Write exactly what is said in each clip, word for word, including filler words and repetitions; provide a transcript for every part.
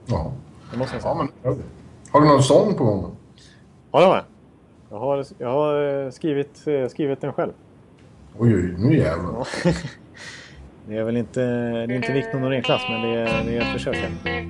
Ja. Det måste jag säga. Ja, men, har du någon sång på gång? Ja, det har jag. Jag har, jag har skrivit, skrivit den själv. Oj, oj, nu jävlar. Ja. Det är väl inte, det är inte Victor Norén-klass, men det är, det är ett försök.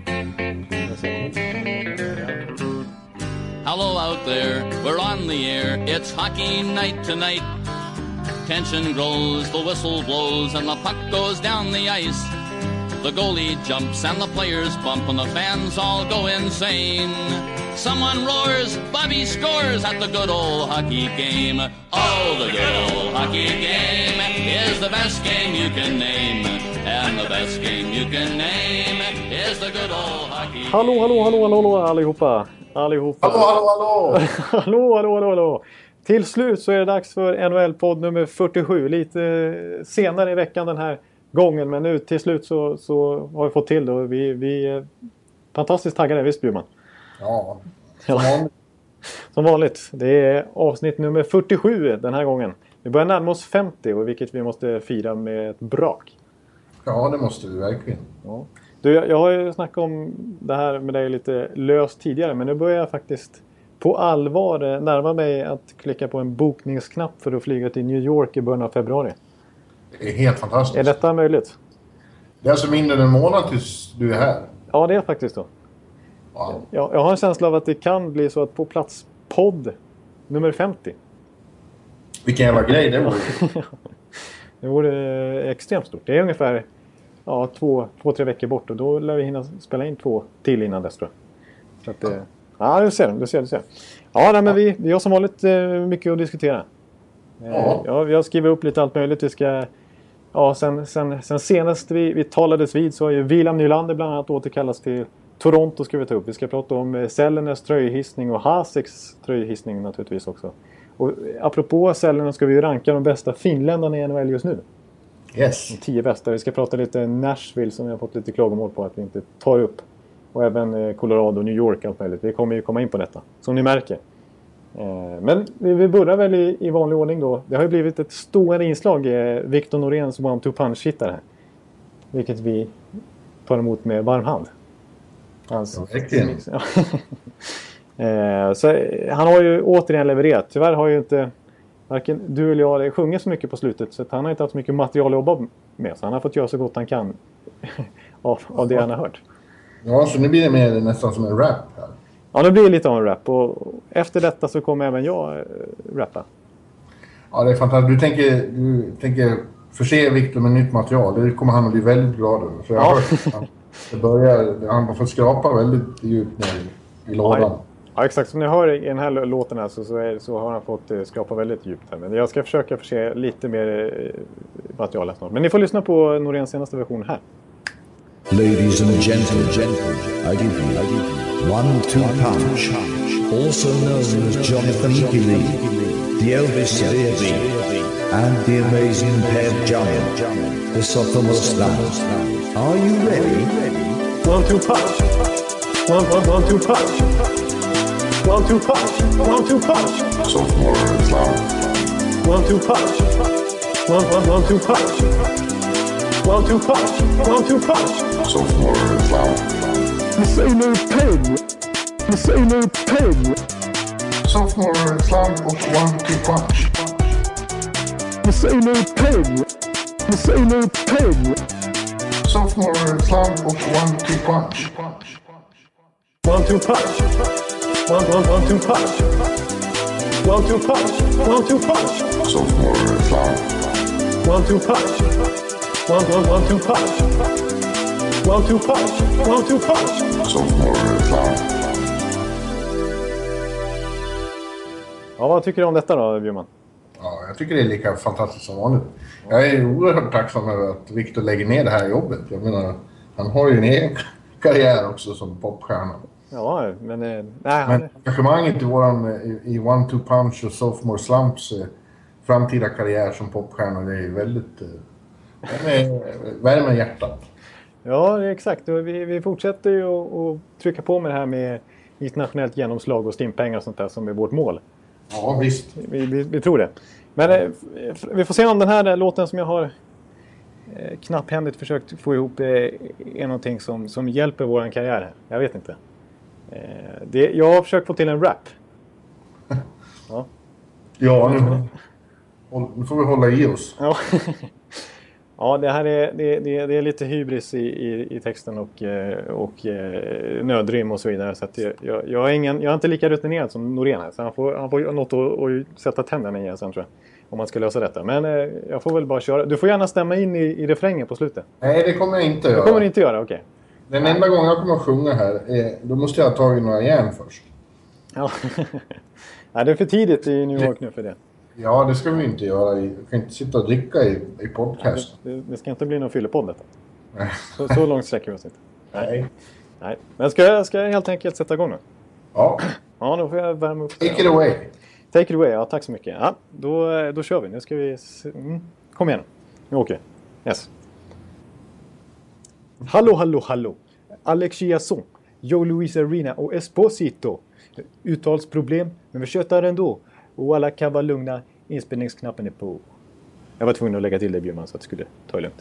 Hello out there, we're on the air. It's hockey night tonight. Tension grows, the whistle blows, and the puck goes down the ice. The goalie jumps and the players bump and the fans all go insane. Someone roars, Bobby scores at the good old hockey game. Oh, the good old hockey game is the best game you can name. And the best game you can name is the good old hockey game. Hallå, hallå, hallå, hallå, hallå allihopa. Allihopa. Hallå, hallå, hallå. hallå, hallå, hallå, hallå. Till slut så är det dags för N H L-podd nummer fyrtiosju. Lite senare i veckan den här gången. Men nu till slut så, så har vi fått till det. Och vi, vi är fantastiskt taggade, visst Bjurman? Ja, som vanligt. Som vanligt. Det är avsnitt nummer fyrtiosju den här gången. Vi börjar närma oss femtio, och vilket vi måste fira med ett brak. Ja, det måste vi verkligen. Ja. Du, jag, jag har ju snackat om det här med dig lite löst tidigare. Men nu börjar jag faktiskt på allvar närma mig att klicka på en bokningsknapp för att flyga till New York i början av februari. Det är helt fantastiskt. Är detta möjligt? Det är alltså mindre än en månad tills du är här. Ja, det är faktiskt så. Wow. Jag, jag har en känsla av att det kan bli så att på plats podd nummer femtio. Vilken jävla grej det vore. Det vore extremt stort. Det är ungefär ja, två, två, tre veckor bort. Och då lär vi hinna spela in två till innan dess, tror jag. Så att, ja. ja, du ser, du ser, du ser. Ja, nej, men vi, vi har som vanligt mycket att diskutera. Ja. Ja, vi har skrivit upp lite allt möjligt. Vi ska... Ja, sen, sen, sen senast vi, vi talades vid så har ju William Nylander bland annat återkallats till Toronto, ska vi ta upp. Vi ska prata om Selleners tröjhissning och Haseks tröjhissning naturligtvis också. Och apropå Sellener ska vi ju ranka de bästa finländarna i N H L just nu. Yes. De tio bästa. Vi ska prata lite Nashville som vi har fått lite klagomål på att vi inte tar upp. Och även Colorado och New York allt möjligt. Vi kommer ju komma in på detta, som ni märker. Men vi börjar väl i, i vanlig ordning då. Det har ju blivit ett stort inslag i Victor Noréns one-two-punch-hittare här. Vilket vi tar emot med varm hand. Alltså, verkligen. eh, så han har ju återigen levererat. Tyvärr har ju inte varken du eller jag sjungit så mycket på slutet. Så att han har inte haft så mycket material att jobba med. Så han har fått göra så gott han kan av, av det han har hört. Ja, så nu blir det mer nästan som en rap här. Ja, nu blir det lite av en rap. Och efter detta så kommer även jag rappa. Ja, det är fantastiskt. Du tänker, du tänker förse Victor med nytt material. Det kommer han att bli väldigt glad över. För jag har hört han, det börjar, han har fått skrapa väldigt djupt ner i, i lådan. Ja, ja, exakt. Som ni hör i den här låten här så, så, är, så har han fått eh, skrapa väldigt djupt här. Men jag ska försöka förse lite mer eh, material snart. Men ni får lyssna på Noréns senaste version här. Ladies and gentlemen, I give you, I give you one two punch, also known as Jonathan Ickley, the Elvis Baby, and the amazing Peb Jump, the sophomore slam. Are you ready? One two punch, one one one two punch, one two punch, one two punch, Sophomore slam. One two punch, one one one two punch, one two punch, one two punch. Sophomore slam. Miss Unu Peg, Miss Unu Peg, Sophomore slam och one two punch. Miss Unu Peg, Miss Unu Peg, Sophomore slam och one two punch. one two punch, one one one two punch, one two punch, one two punch. Sophomore slam. One two punch, one one one two punch, one two punch, one two punch. Sophomore slam. Ja, vad tycker du om detta då, Bjurman? Ja, jag tycker det är lika fantastiskt som vanligt. Jag är oerhört tacksam över att Victor lägger ner det här jobbet. Jag menar, han har ju en egen karriär också som popstjärna. Ja, men... Nej, han... Men engagemanget i våran i, i One Two Punch och Sophomore Slumps eh, framtida karriär som popstjärna, det är väldigt... Eh, är, värmer hjärtat. Ja, exakt. Vi, vi fortsätter ju att trycka på med det här med internationellt genomslag och stimpengar och sånt där som är vårt mål. Ja, visst. Vi, vi, vi tror det. Men eh, vi får se om den här låten som jag har eh, knapphändigt försökt få ihop eh, är någonting som, som hjälper våran karriär här. Jag vet inte. Eh, det, jag har försökt få till en rap. Ja. Ja, nu, nu får vi hålla i oss. Ja, ja det här är, det, det, det är lite hybris i, i, i texten och, och nödrim och så vidare. Så att jag, jag, jag, är ingen, jag är inte lika rutinerad som Norén här. Så han får, han får något att, att sätta tänderna i sen, tror jag. Om man ska lösa detta. Men jag får väl bara köra. Du får gärna stämma in i, i refrängen på slutet. Nej, det kommer jag inte göra. Det kommer du inte göra, okej. Okay. Den enda gången jag kommer att sjunga här, är, då måste jag ha tagit några järn först. Ja. Ja, det är för tidigt i New York nu för det. Ja, det ska vi inte göra. Vi kan inte sitta och dricka i, i podcast. Ja, det, det ska inte bli någon fyllepodd detta. Nej. Så, så långt sträcker vi oss inte. Nej. Nej. Men ska jag, ska jag helt enkelt sätta igång nu? Ja. Ja, då får jag värma upp. Take it away. Take it away, ja, tack så mycket. Ja, då, då kör vi. Nu ska vi... Mm. Kom igen. Nu åker vi. Yes. Hallå, hallå, hallå. Alex Chiasson, Joe Luis Arena och Esposito. Uttalsproblem, men vi tjötar ändå. Och alla kan vara lugna. Inspelningsknappen är på. Jag var tvungen att lägga till det, Bjurman, så att det skulle ta det lugnt.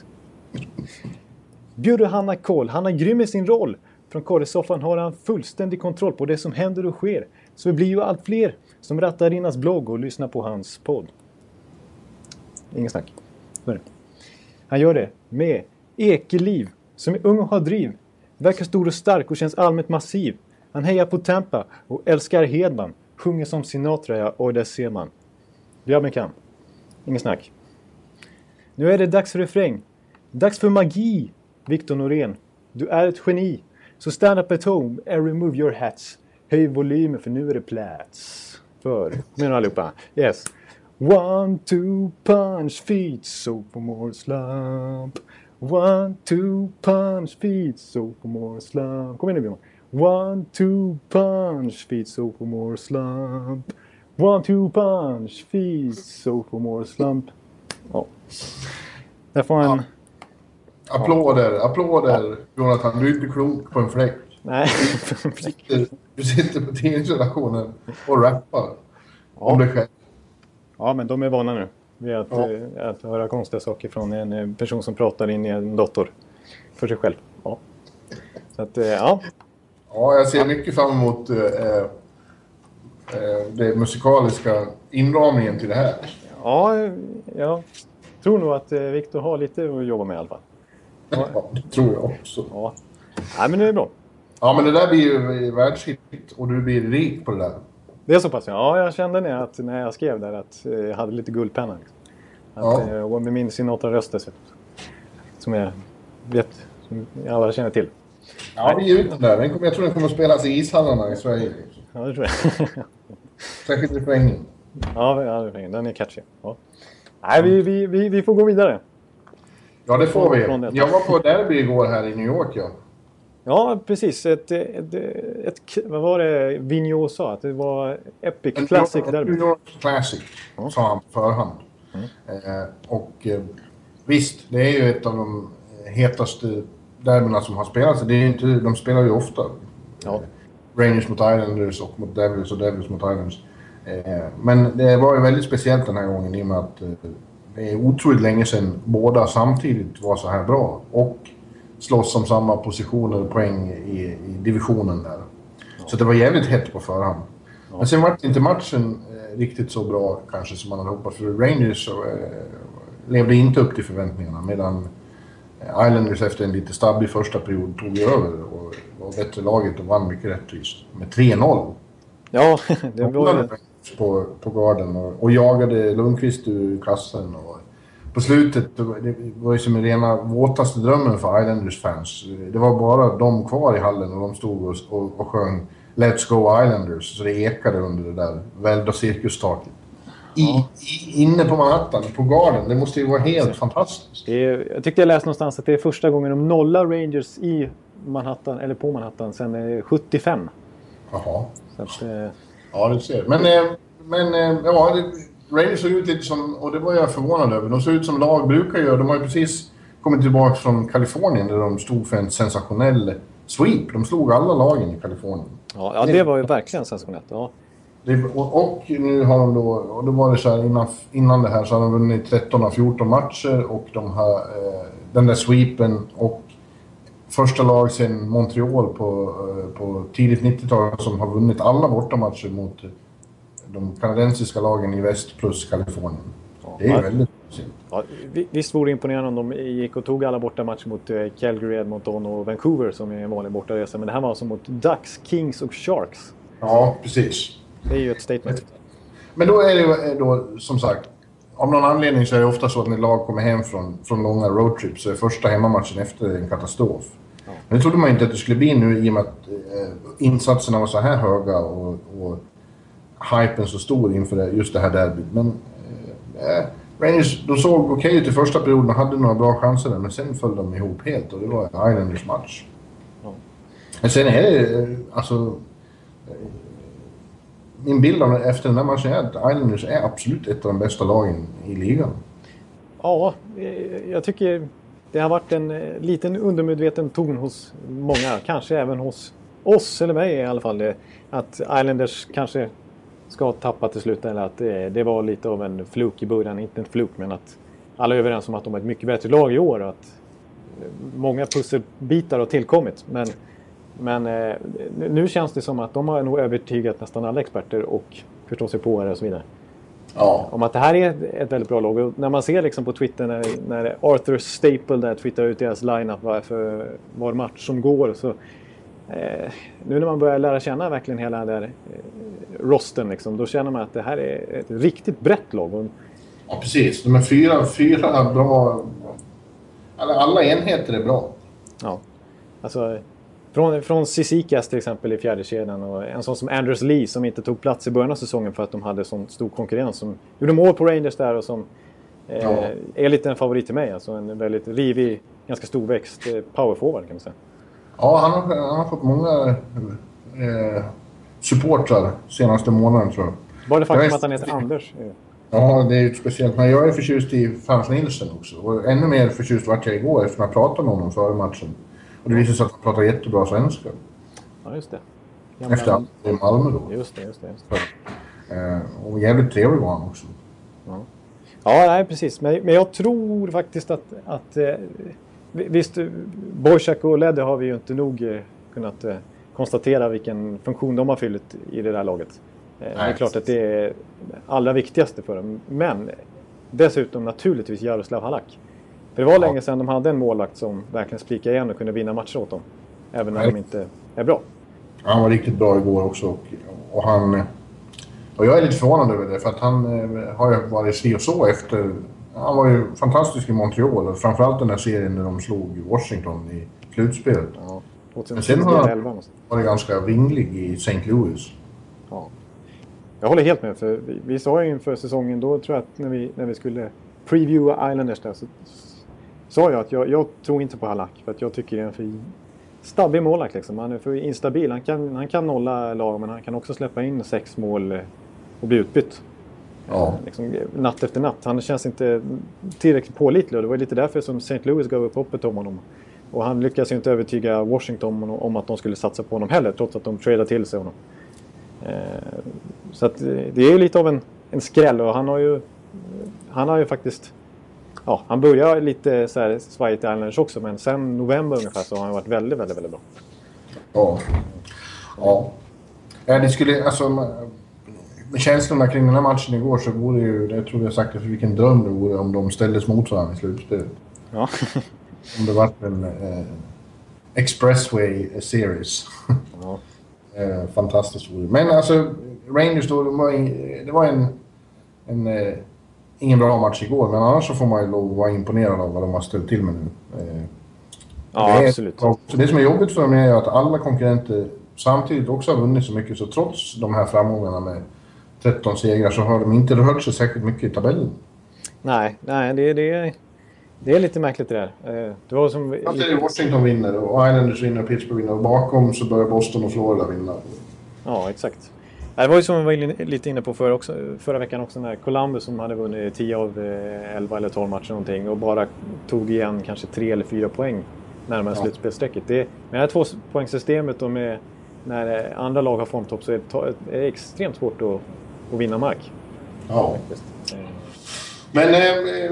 Bjuder Hanna Kohl. Han är grym i sin roll. Från Kåresoffan har han fullständig kontroll på det som händer och sker. Så vi blir ju allt fler som rattar in hans blogg och lyssnar på hans podd. Ingen snack. Han gör det med Ekeliv, som är ung och har driv. Verkar stor och stark och känns allmänt massiv. Han hejar på Tampa och älskar Hedman. Sjunger som Sinatra, ja, och det ser man. Grabben kan. Ingen snack. Nu är det dags för refräng. Dags för magi, Victor Norén. Du är ett geni. Så stand up at home and remove your hats. Höj volymen för nu är det plats. För, men allihopa. Yes. One, two, punch, feet, sophomore slump. One, two, punch, feet, sophomore slump. Kom igen nu, Björn. One, two, punch, feet, sophomore slump. One, two, punch, feet, sophomore slump. Ja. Där får han... Ja. Applåder, applåder, ja. Jonathan. Du är inte klok på en fläck. Nej, du, sitter, du sitter på tidningsredaktionen och rappar. Ja. Om dig själv. Ja, men de är vana nu. Vid att, ja. eh, att höra konstiga saker från en person som pratar in i en dator. För sig själv. Ja. Så att, eh, ja. Ja, jag ser mycket fram emot eh, eh, det musikaliska inramningen till det här. Ja, jag tror nog att eh, Victor har lite att jobba med i alla fall. Ja, ja det tror jag också. Ja. Nej, men det är bra. Ja, men det där blir ju världshit och du blir rik på det där. Det är så pass, ja. Jag kände när, att, när jag skrev där att jag hade lite guldpenna. Att, ja. eh, med min Sinatra-röst dessutom. Som jag vet, som alla känner till. Ja, vi är ute där. Den kommer, jag tror den kommer att spelas i ishallarna i Sverige. Ja, det tror jag. Särskilt refrängen. Ja, ja, refrängen. Den är catchy. Ja. Nej, vi, vi, vi, vi får gå vidare. Ja, det får vi. Jag var på derby igår här i New York, ja. Ja, precis. Ett, ett, ett, vad var det Vigneault sa? Att det var Epic en Classic derby. New York Classic, ja. Sa han på förhand. Mm. Eh, och eh, visst, det är ju ett av de hetaste derbyna som har spelats. Det är inte, de spelar ju ofta. Ja. Eh, Rangers mot Islanders och mot Devils och Devils mot Islanders. Eh, men det var ju väldigt speciellt den här gången i och med att eh, det är otroligt länge sedan båda samtidigt var så här bra. Och slåss om samma positioner och poäng i, i divisionen där. Ja. Så det var jävligt hett på förhand. Ja. Men sen var inte matchen eh, riktigt så bra kanske som man hade hoppats. För Rangers så, eh, levde inte upp till förväntningarna. Medan eh, Islanders efter en lite stabbig första period tog över och var bättre laget och vann mycket rättvist. Med tre noll. Ja, det var ju... På, på garden och, och jagade Lundqvist ur kassen. Och på slutet, det var ju som en rena våtaste drömmen för Islanders fans. Det var bara de kvar i hallen och de stod och, och, och sjöng Let's Go Islanders. Så det ekade under det där välda cirkustaket. I, ja. i, inne på Manhattan, på garden. Det måste ju vara helt fantastiskt. Det är, jag tyckte jag läste någonstans att det är första gången de nollar Rangers i Manhattan, eller på Manhattan, sedan sjuttiofem. Jaha. Så att, eh... Ja, det ser. Men, men ja, det, Rangers såg ut lite som, och det var jag förvånad över, de såg ut som lag brukar göra. De har ju precis kommit tillbaka från Kalifornien där de stod för en sensationell sweep. De slog alla lagen i Kalifornien. Ja, ja det var ju verkligen sensationellt. Ja. Det, och, och nu har de då, och då var det så här innan, innan det här så har de vunnit tretton av fjorton matcher och de har eh, den där sweepen och första lag sedan Montreal på, på tidigt nittiotal som har vunnit alla bortamatcher mot de kanadensiska lagen i väst plus Kalifornien. Ja, det är ju väldigt synd. Ja, visst vore det imponerande om de gick och tog alla bortamatcher mot Calgary, Edmonton och Vancouver som är en vanlig bortaresa. Men det här var alltså mot Ducks, Kings och Sharks. Ja, precis. Det är ju ett statement. Men då är det då, som sagt, av någon anledning så är det ofta så att när lag kommer hem från, från långa roadtrips så är första hemmamatchen efter en katastrof. Ja. Men det trodde man inte att det skulle bli nu i och med att eh, insatserna var så här höga och, och hypen så stor inför det, just det här derbyt. Men eh, Rangers, de såg okej okay ut i första perioden och hade några bra chanser där, men sen föll de ihop helt och det var Islanders match. Ja. Men sen är det, alltså... Min bild av efter den här matchen är att Islanders är absolut ett av de bästa lagen i ligan. Ja, jag tycker det har varit en liten undermedveten ton hos många. Kanske även hos oss, eller mig i alla fall. Att Islanders kanske ska tappa till slut. Eller att det, det var lite av en fluk i början. Inte en fluk, men att alla är överens om att de är ett mycket bättre lag i år. Att många pusselbitar har tillkommit. Men... Men eh, nu känns det som att de har nog övertygat nästan alla experter och förstår sig på det och så vidare. Ja. Om att det här är ett, ett väldigt bra lag. Och när man ser liksom på Twitter när, när Arthur Staple där twittrar ut deras lineup för var match som går. Så, eh, nu när man börjar lära känna verkligen hela den där eh, rosten liksom, då känner man att det här är ett riktigt brett lag. Och, ja, precis. De är fyra, fyra bra... Alla, alla enheter är bra. Ja, alltså... Från, från Cizikas till exempel i fjärde kedjan och en sån som Anders Lee som inte tog plats i början av säsongen för att de hade sån stor konkurrens som gjorde mål på Rangers där och som eh, ja. är lite en favorit till mig. Alltså en väldigt rivig, ganska stor växt eh, powerforward kan man säga. Ja, han har, han har fått många eh, supportrar senaste månaden tror jag. Bara det faktum att han heter Anders. Ja, det är ju speciellt. Men jag är förtjust i Frans Nielsen också. Och ännu mer förtjust vart jag igår efter att jag pratade med honom före matchen. Och det visar sig att han pratar jättebra svenska. Ja, just det. Gamla... Efter att i Malmö då. Just det, just det. Just det. Eh, och jävligt trevlig var han också. Ja, ja nej, precis. Men, men jag tror faktiskt att... att eh, visst, Boychuk och Ledde har vi ju inte nog eh, kunnat eh, konstatera vilken funktion de har fyllt i det där laget. Eh, det är klart att det är allra viktigaste för dem. Men dessutom naturligtvis Jaroslav Halak. För det var ja. länge sedan de hade en målvakt som verkligen spikade igen och kunde vinna matcher åt dem. Även när Nej. de inte är bra. Han var riktigt bra igår också. Och, och, han, och jag är lite förvånad över det. För att han har ju varit si och så efter... Han var ju fantastisk i Montreal. Och framförallt den här serien när de slog Washington i slutspelet. Ja, men sen har han varit ganska vinglig i Saint Louis. Ja. Jag håller helt med. För vi, vi sa ju inför säsongen då tror jag att när vi, när vi skulle previewa Islanders där så... sa jag att jag, jag tror inte på Halak för att jag tycker det är en för stabil målvakt liksom. Han är för instabil. Han kan, han kan nolla lag men han kan också släppa in sex mål och bli utbytt. Ja. Liksom, natt efter natt. Han känns inte tillräckligt pålitlig och det var lite därför som Saint Louis gav upp hoppet om honom. Och han lyckas ju inte övertyga Washington om, om att de skulle satsa på honom heller trots att de tradade till sig honom. Eh, så att det är ju lite av en, en skräll och han har ju han har ju faktiskt ja, han börjar lite så här svajigt i Islanders också, men sen november ungefär så har han varit väldigt, väldigt, väldigt bra. Ja. Ja. Ja, det skulle, alltså, med känslorna kring den här matchen igår så vore ju, jag tror jag sagt det för vilken dröm det vore om de ställdes mot varandra i slutspelet. Ja. Om det var en eh, Expressway series. Ja. eh, fantastiskt vore. Men alltså, Rangers då, de var in, det var en... en eh, ingen bra match igår, men annars så får man ju lov att vara imponerad av vad de har ställt till med nu. Eh, ja, det är, absolut. Så det som är jobbigt för dem är att alla konkurrenter samtidigt också har vunnit så mycket, så trots de här framgångarna med tretton segrar så har de inte rört sig särskilt mycket i tabellen. Nej, nej det, det, det är lite märkligt det där. Det var som... Ja, det är Washington vinner och Islanders vinner och Pittsburgh vinner och bakom så börjar Boston och Florida vinna. Ja, exakt. Det var ju som vi var lite inne på förra, också, förra veckan också när Columbus som hade vunnit tio av elva eller tolv matcher någonting och bara tog igen kanske tre eller fyra poäng närmare ja. slutspelsträcket. Det, med det här tvåpoängssystemet och med när andra lag har formtopp så är det, är det extremt svårt att, att vinna mark. Ja. Men eh,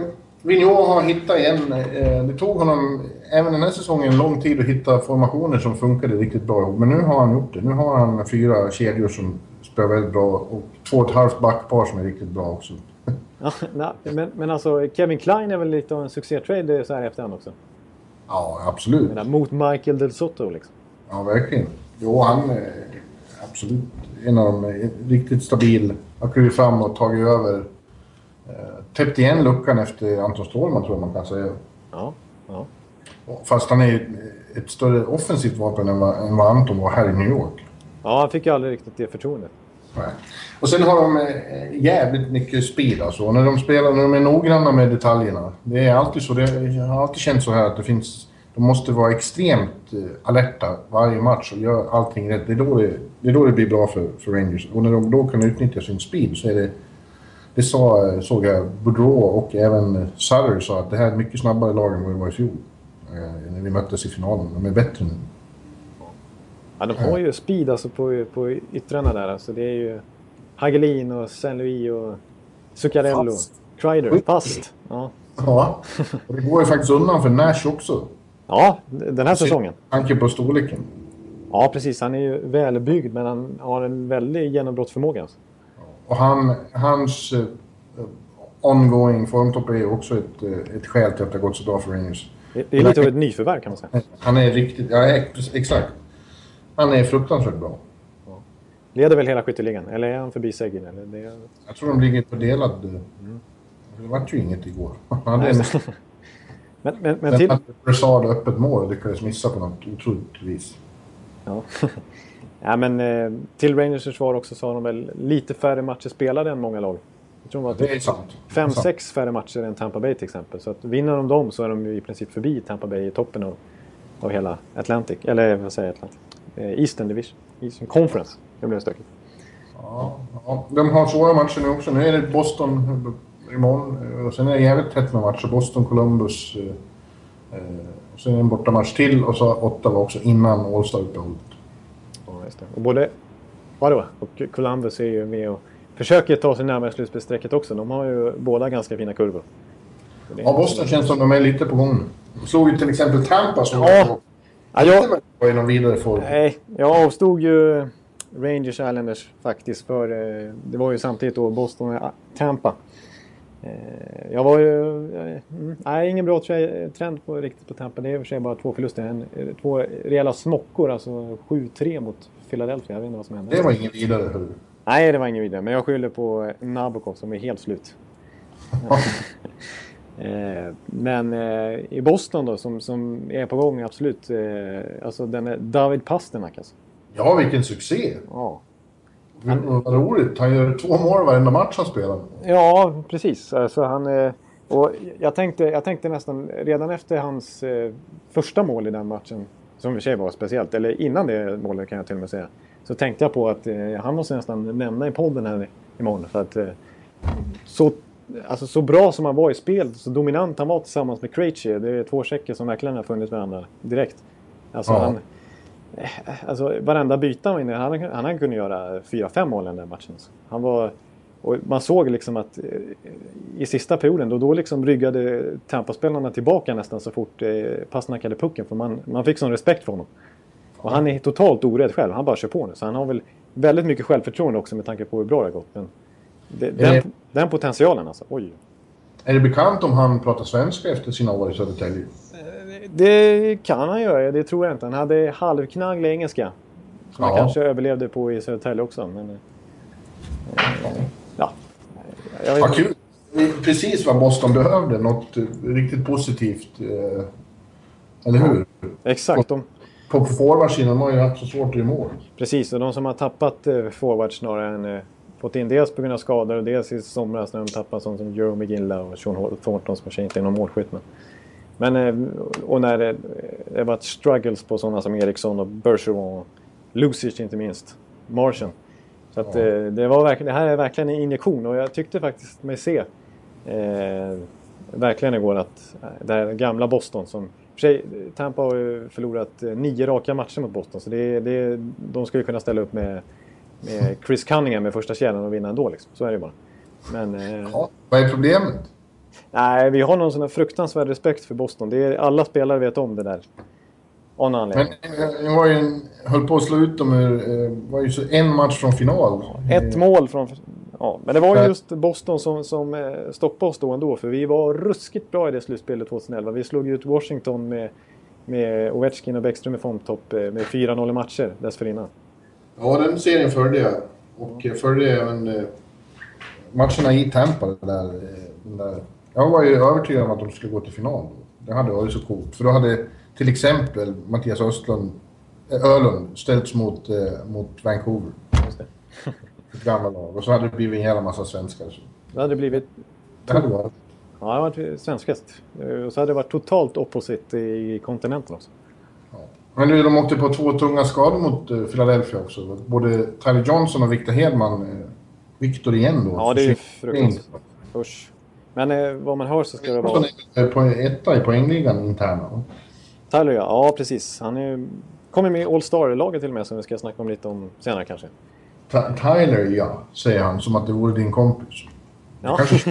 Vigneault har hittat igen. Det tog honom även den här säsongen en lång tid att hitta formationer som funkade riktigt bra. Men nu har han gjort det. Nu har han fyra kedjor som spelar väldigt bra och två och ett halvt backpar som är riktigt bra också. Ja, nej, men, men alltså Kevin Klein är väl lite av en succé-trade så här efterhand också? Ja, absolut. Men, mot Michael Del Sotto liksom. Ja, verkligen. Jo, han är absolut en av dem är riktigt stabil. Har klivit fram och tagit över. Eh, täppt igen luckan efter Anton Stålman tror jag man kan säga. Ja, ja. Fast han är ett större offensivt vapen än vad, än vad Anton var här i New York. Ja, han fick ju aldrig riktigt det förtroendet. Nej. Och sen har de eh, jävligt mycket speed alltså. När de spelar, när de är noggranna med detaljerna. Det är alltid så, det, jag har alltid känt så här att det finns, de måste vara extremt eh, alerta varje match och göra allting rätt. Det är då det, det, är då det blir bra för, för Rangers. Och när de då kan utnyttja sin speed så är det, det sa, såg jag Boudreau och även Sutter sa att det här är mycket snabbare lag än vad det var i fjol. Eh, när vi möttes i finalen. De är bättre nu. Ja, de har ju speed alltså på, på yttrarna där. Alltså det är ju Hagelin och Saint Louis och Zuccarello. Fast. Kreider, fast. Ja. Ja, och det går ju faktiskt undan för Nash också. Ja, den här säsongen. Tanke på storleken. Ja, precis. Han är ju välbyggd men han har en väldig genombrottsförmåga. Alltså. Och han, hans uh, ongoing formtopp är också ett, uh, ett skäl till att det har gått så bra för Rangers. Det, det är lite av ett nyförvärv kan man säga. Han är riktigt, ja exakt. Han är fruktansvärt bra. Ja. Leder väl hela skytteligan? Eller är han förbi Seguin? Eller det är... Jag tror de ligger på delad. Mm. Det var ju inget igår. Han hade Nej, en... men, men, men till... Broussard öppet mål och lyckades missa på något otroligt vis. Ja. Ja, men eh, till Rangers försvar också så har de väl lite färre matcher spelade än många lag. Jag tror att det är sant. Fem, sant. sex färre matcher än Tampa Bay till exempel. Så att vinner de dem så är de ju i princip förbi Tampa Bay i toppen av, av hela Atlantic. Eller vad säger jag Atlantic? Eh, Eastern Division. Eastern Conference. Det blir stökigt. Ja, ja, de har svåra matcher nu också. Nu är det Boston imorgon. Och sen är det jävligt tätt med matcher. Boston, Columbus. Eh, och sen en bortamatch till. Och så åtta var också innan All-Star-uppehållet. Ja, just det. Och både vadå? Och Columbus är ju med och försöker ta sig närmare slutspelssträcket också. De har ju båda ganska fina kurvor. Ja, Boston känns som de är lite på gång. De slog ju till exempel Tampa som ja. var ja, jag... var i någon vidare form. Nej, jag avstod ju Rangers Islanders faktiskt för det var ju samtidigt då Boston och Tampa. Jag var ju nej, ingen bra trend på riktigt på Tampa. Det är i och för sig bara två förluster. En, två rejäla smockor, alltså sju tre mot Philadelphia. Jag vet inte vad som hände. Det var ingen vidare, hörru. Nej, det var ingen vidare. Men jag skyller på Nabokov som är helt slut. Men i Boston då, som, som är på gång absolut. Alltså den är David Pasternak alltså. Ja, vilken succé. Ja. Han, vad roligt. Han gör två mål varenda match han spelar. Ja, precis. Alltså han, och jag, tänkte, jag tänkte nästan redan efter hans eh, första mål i den matchen, som i och för sig var speciellt, eller innan det målet kan jag till och med säga, så tänkte jag på att eh, han måste nästan nämna i podden här imorgon. För att eh, så, alltså, så bra som han var i spel, så dominant han var tillsammans med Krejci. Det är två tjecker som verkligen har funnits med varandra direkt. Alltså ja. han... Alltså varenda byta han, han, han hade kunnat göra fyra fem mål i den där matchen. Han var, och man såg liksom att i sista perioden då, då liksom ryggade Tampa-spelarna tillbaka nästan så fort eh, Pasternak hade pucken. För man, man fick sån respekt för honom. Och han är totalt orädd själv. Han bara kör på nu. Så han har väl väldigt mycket självförtroende också med tanke på hur bra det har gått. Men det, den, det, den potentialen alltså, oj. Är det bekant om han pratar svenska efter sina år i Södertälje? Det kan han göra, det tror jag inte. Han hade halvknagglig engelska. Som ja. han kanske överlevde på i Södertälje också. Men, eh, ja. ja. Jag vet ja, kul. Precis vad Boston behövde. Något riktigt positivt. Eh, eller hur? Exakt. De... På, på forwardsidan har ju haft så svårt att göra mål. Precis, och de som har tappat eh, forward snarare än... Eh, fått in dels på grund av skador och dels i somras när de tappade sånt som Jerome McGinley och Sean Thornton som inte är någon målskytt. Men... Men, och när det, det var ett struggles på sådana som Eriksson och Bergeron och Lucic inte minst, Martian. Så att ja. det, var verkligen, det här är verkligen en injektion och jag tyckte faktiskt mig se eh, verkligen igår att det här gamla Boston som, för sig, Tampa har ju förlorat nio raka matcher mot Boston så det, det, de skulle kunna ställa upp med, med Chris Cunningham med första kedjan och vinna ändå liksom. Så är det bara. Men, eh, ja, vad är problemet? Nej, vi har någon sån här fruktansvärd respekt för Boston. Det är, alla spelare vet om det där. Av någon anledning. Men jag var ju en, höll på att slå ut dem ur, var ju så en match från final. Ett mål från... Ja, men det var ju just Boston som, som stoppade oss då ändå. För vi var ruskigt bra i det slutspelet tjugoelva. Vi slog ut Washington med, med Ovechkin och Bäckström i formtopp med fyra noll i matcher dessförinnan. Ja, den serien följde jag. Och följde även matcherna i Tampa. Där, där. Jag var ju övertygad om att de skulle gå till final. Det hade varit så coolt. För då hade till exempel Mattias Östlund, äh, Ölund ställts mot, äh, mot Vancouver. Just det. Ett gamla lag. Och så hade det blivit en jävla massa svenskar. Så. Det hade blivit... Det hade varit. Ja, det hade varit svenskast. Och så hade det varit totalt opposite i kontinenten också. Ja. Men nu, de åkte på två tunga skador mot uh, Philadelphia också. Både Tyler Johnson och Victor Hedman. Uh, Victor igen då. Ja, det är ju fruktansvärt. Usch. Men eh, vad man hör så ska det vara... är på etta i poängligan interna. Tyler, ja. Ja, precis. Han är... kommer med i All-Star-laget till och med som vi ska snacka om lite om senare kanske. Tyler, ja, säger han. Som att det vore din kompis. Ja. Kanske...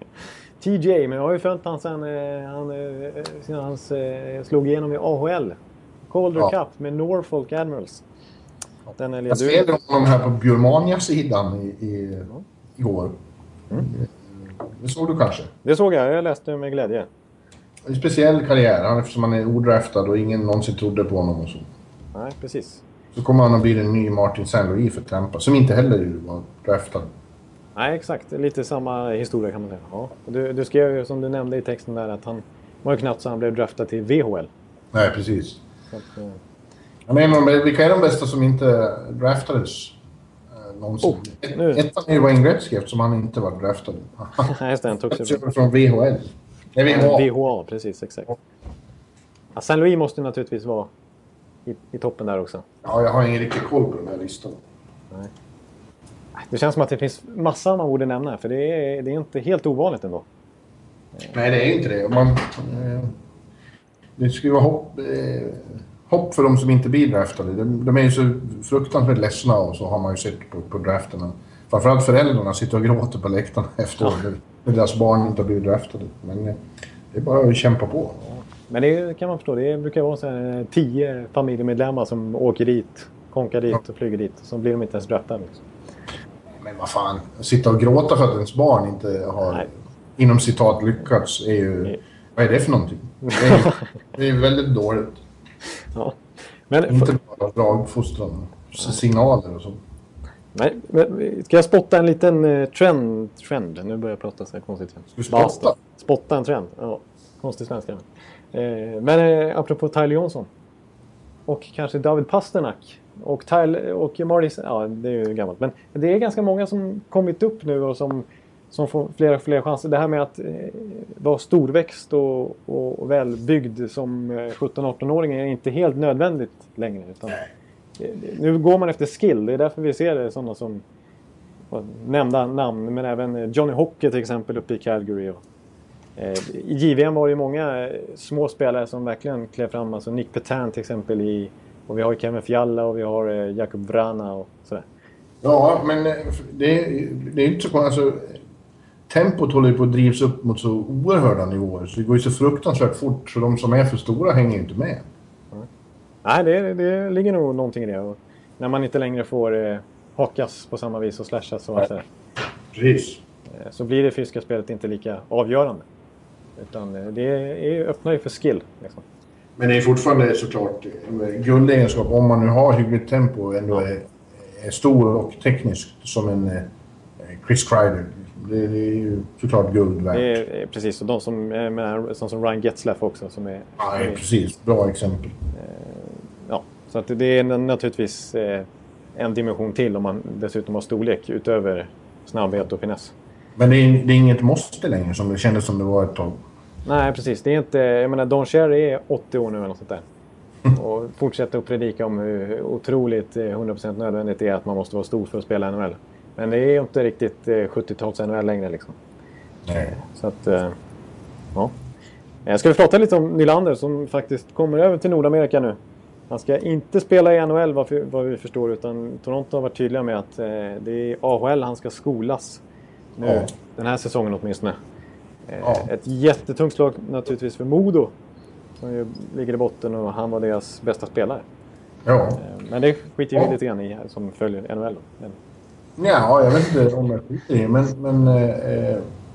T J, men jag har ju följt han sen han, sen han slog igenom i A H L. Calder ja. Cup med Norfolk Admirals. Den är jag spelade honom här på Björmania-sidan i, i, ja. igår. Mm. Det såg du kanske? Det såg jag, jag läste med glädje. En speciell karriär, han, eftersom han är odraftad och ingen någonsin trodde på honom och så. Nej, precis. Så kommer han att bli en ny Martin Saint Louis för Tampa, som inte heller var draftad. Nej, exakt. Lite samma historia kan man säga. Ja. Du, du skrev ju, som du nämnde i texten där, att han var ju knappt så han blev draftad till V H L. Nej, precis. Så att, eh... Han är en av de, vilka är de bästa som inte draftades eh, någonsin? Oh, nu. Ettan är ju Wayne Gretzky eftersom han inte var draftad. Nej, just det. Han tog sig från V H L. Nej, V H A. V H A, precis. Exakt. Ja, Saint Louis måste naturligtvis vara i, i toppen där också. Ja, jag har ingen riktig koll på den här listan. Nej. Det känns som att det finns massor man borde nämna. För det är, det är inte helt ovanligt ändå. Nej, det är inte det. Man, eh, det skulle vara hopp, eh, hopp för de som inte blir draftade. De, de är ju så fruktansvärt ledsna och så har man ju sett på, på draften. Men framförallt föräldrarna sitter och gråter på läktarna efteråt. Ja. När deras barn inte har blivit draftade. Men eh, det är bara att kämpa på. Men det kan man förstå. Det brukar vara så här tio familjemedlemmar som åker dit, konkar dit och flyger dit. Så blir de inte ens draftade. Liksom. Men vad fan, sitta och gråta för att ens barn inte har Nej. inom citat lyckats är ju... Nej. Vad är det för någonting? Det är, det är väldigt dåligt. Ja. Men, inte bara dragfostran, signaler och så. Nej, men ska jag spotta en liten uh, trend, trend? Nu börjar jag prata så här konstigt. Ska du spotta? Basta. Spotta en trend, ja. Konstig svenska. Eh, men eh, apropå Tyler Johnson. Och kanske David Pasternak. Och Tyler och Marty, ja det är ju gammalt. Men det är ganska många som kommit upp nu och som, som får fler och fler chanser. Det här med att eh, vara storväxt och, och, och välbyggd som sjutton-arton-åring är inte helt nödvändigt längre. Utan, eh, nu går man efter skill. Det är därför vi ser det, sådana som nämnda namn. Men även Johnny Hockey till exempel uppe i Calgary. Och, eh, I J V M var det ju många små spelare som verkligen klev fram. Alltså Nick Petan till exempel i... Och vi har ju Kevin Fiala och vi har eh, Jakob Vrana och sådär. Ja, men det, det är inte så... Alltså, tempot håller ju på att drivs upp mot så oerhörda nivåer. Så det går ju så fruktansvärt fort. Så de som är för stora hänger ju inte med. Mm. Nej, det, det ligger nog någonting i det. Och när man inte längre får eh, hakas på samma vis och slashas och sådär. Precis. Eh, så blir det fysiska spelet inte lika avgörande. Utan eh, det är, öppnar ju för skill. Liksom. Men det är fortfarande såklart grundegenskap om man nu har hyggligt tempo och ändå är, är stor och teknisk som en eh, Chris Kreider. Det, det är ju såklart guld värt. Det är, precis, och de som, menar, som, som Ryan Getzlaff också. Som är, ja, är, precis. Bra exempel. Eh, ja, så att det är naturligtvis eh, en dimension till om man dessutom har storlek utöver snabbhet och finess. Men det är, det är inget måste längre som det kändes som det var ett tag. Nej, precis. Det är inte... Jag menar, Don Cherry är åttio år nu eller något sånt där. Och fortsätter att predika om hur otroligt hundra procent nödvändigt det är att man måste vara stor för att spela N H L. Men det är inte riktigt sjuttio-tals N H L längre liksom. Nej. Så att... Ja. Jag ska vi prata lite om Nylander som faktiskt kommer över till Nordamerika nu. Han ska inte spela i N H L vad, för, vad vi förstår, utan Toronto har varit tydliga med att det är A H L han ska skolas nu. Ja. Den här säsongen åtminstone. Ja. Ett jättetungt slag naturligtvis för Modo. Som ju ligger i botten och han var deras bästa spelare. Ja. Men det skiter vi ja. lite grann i här som följer N H L. Men... Ja, jag vet inte om jag skiter i men, men eh,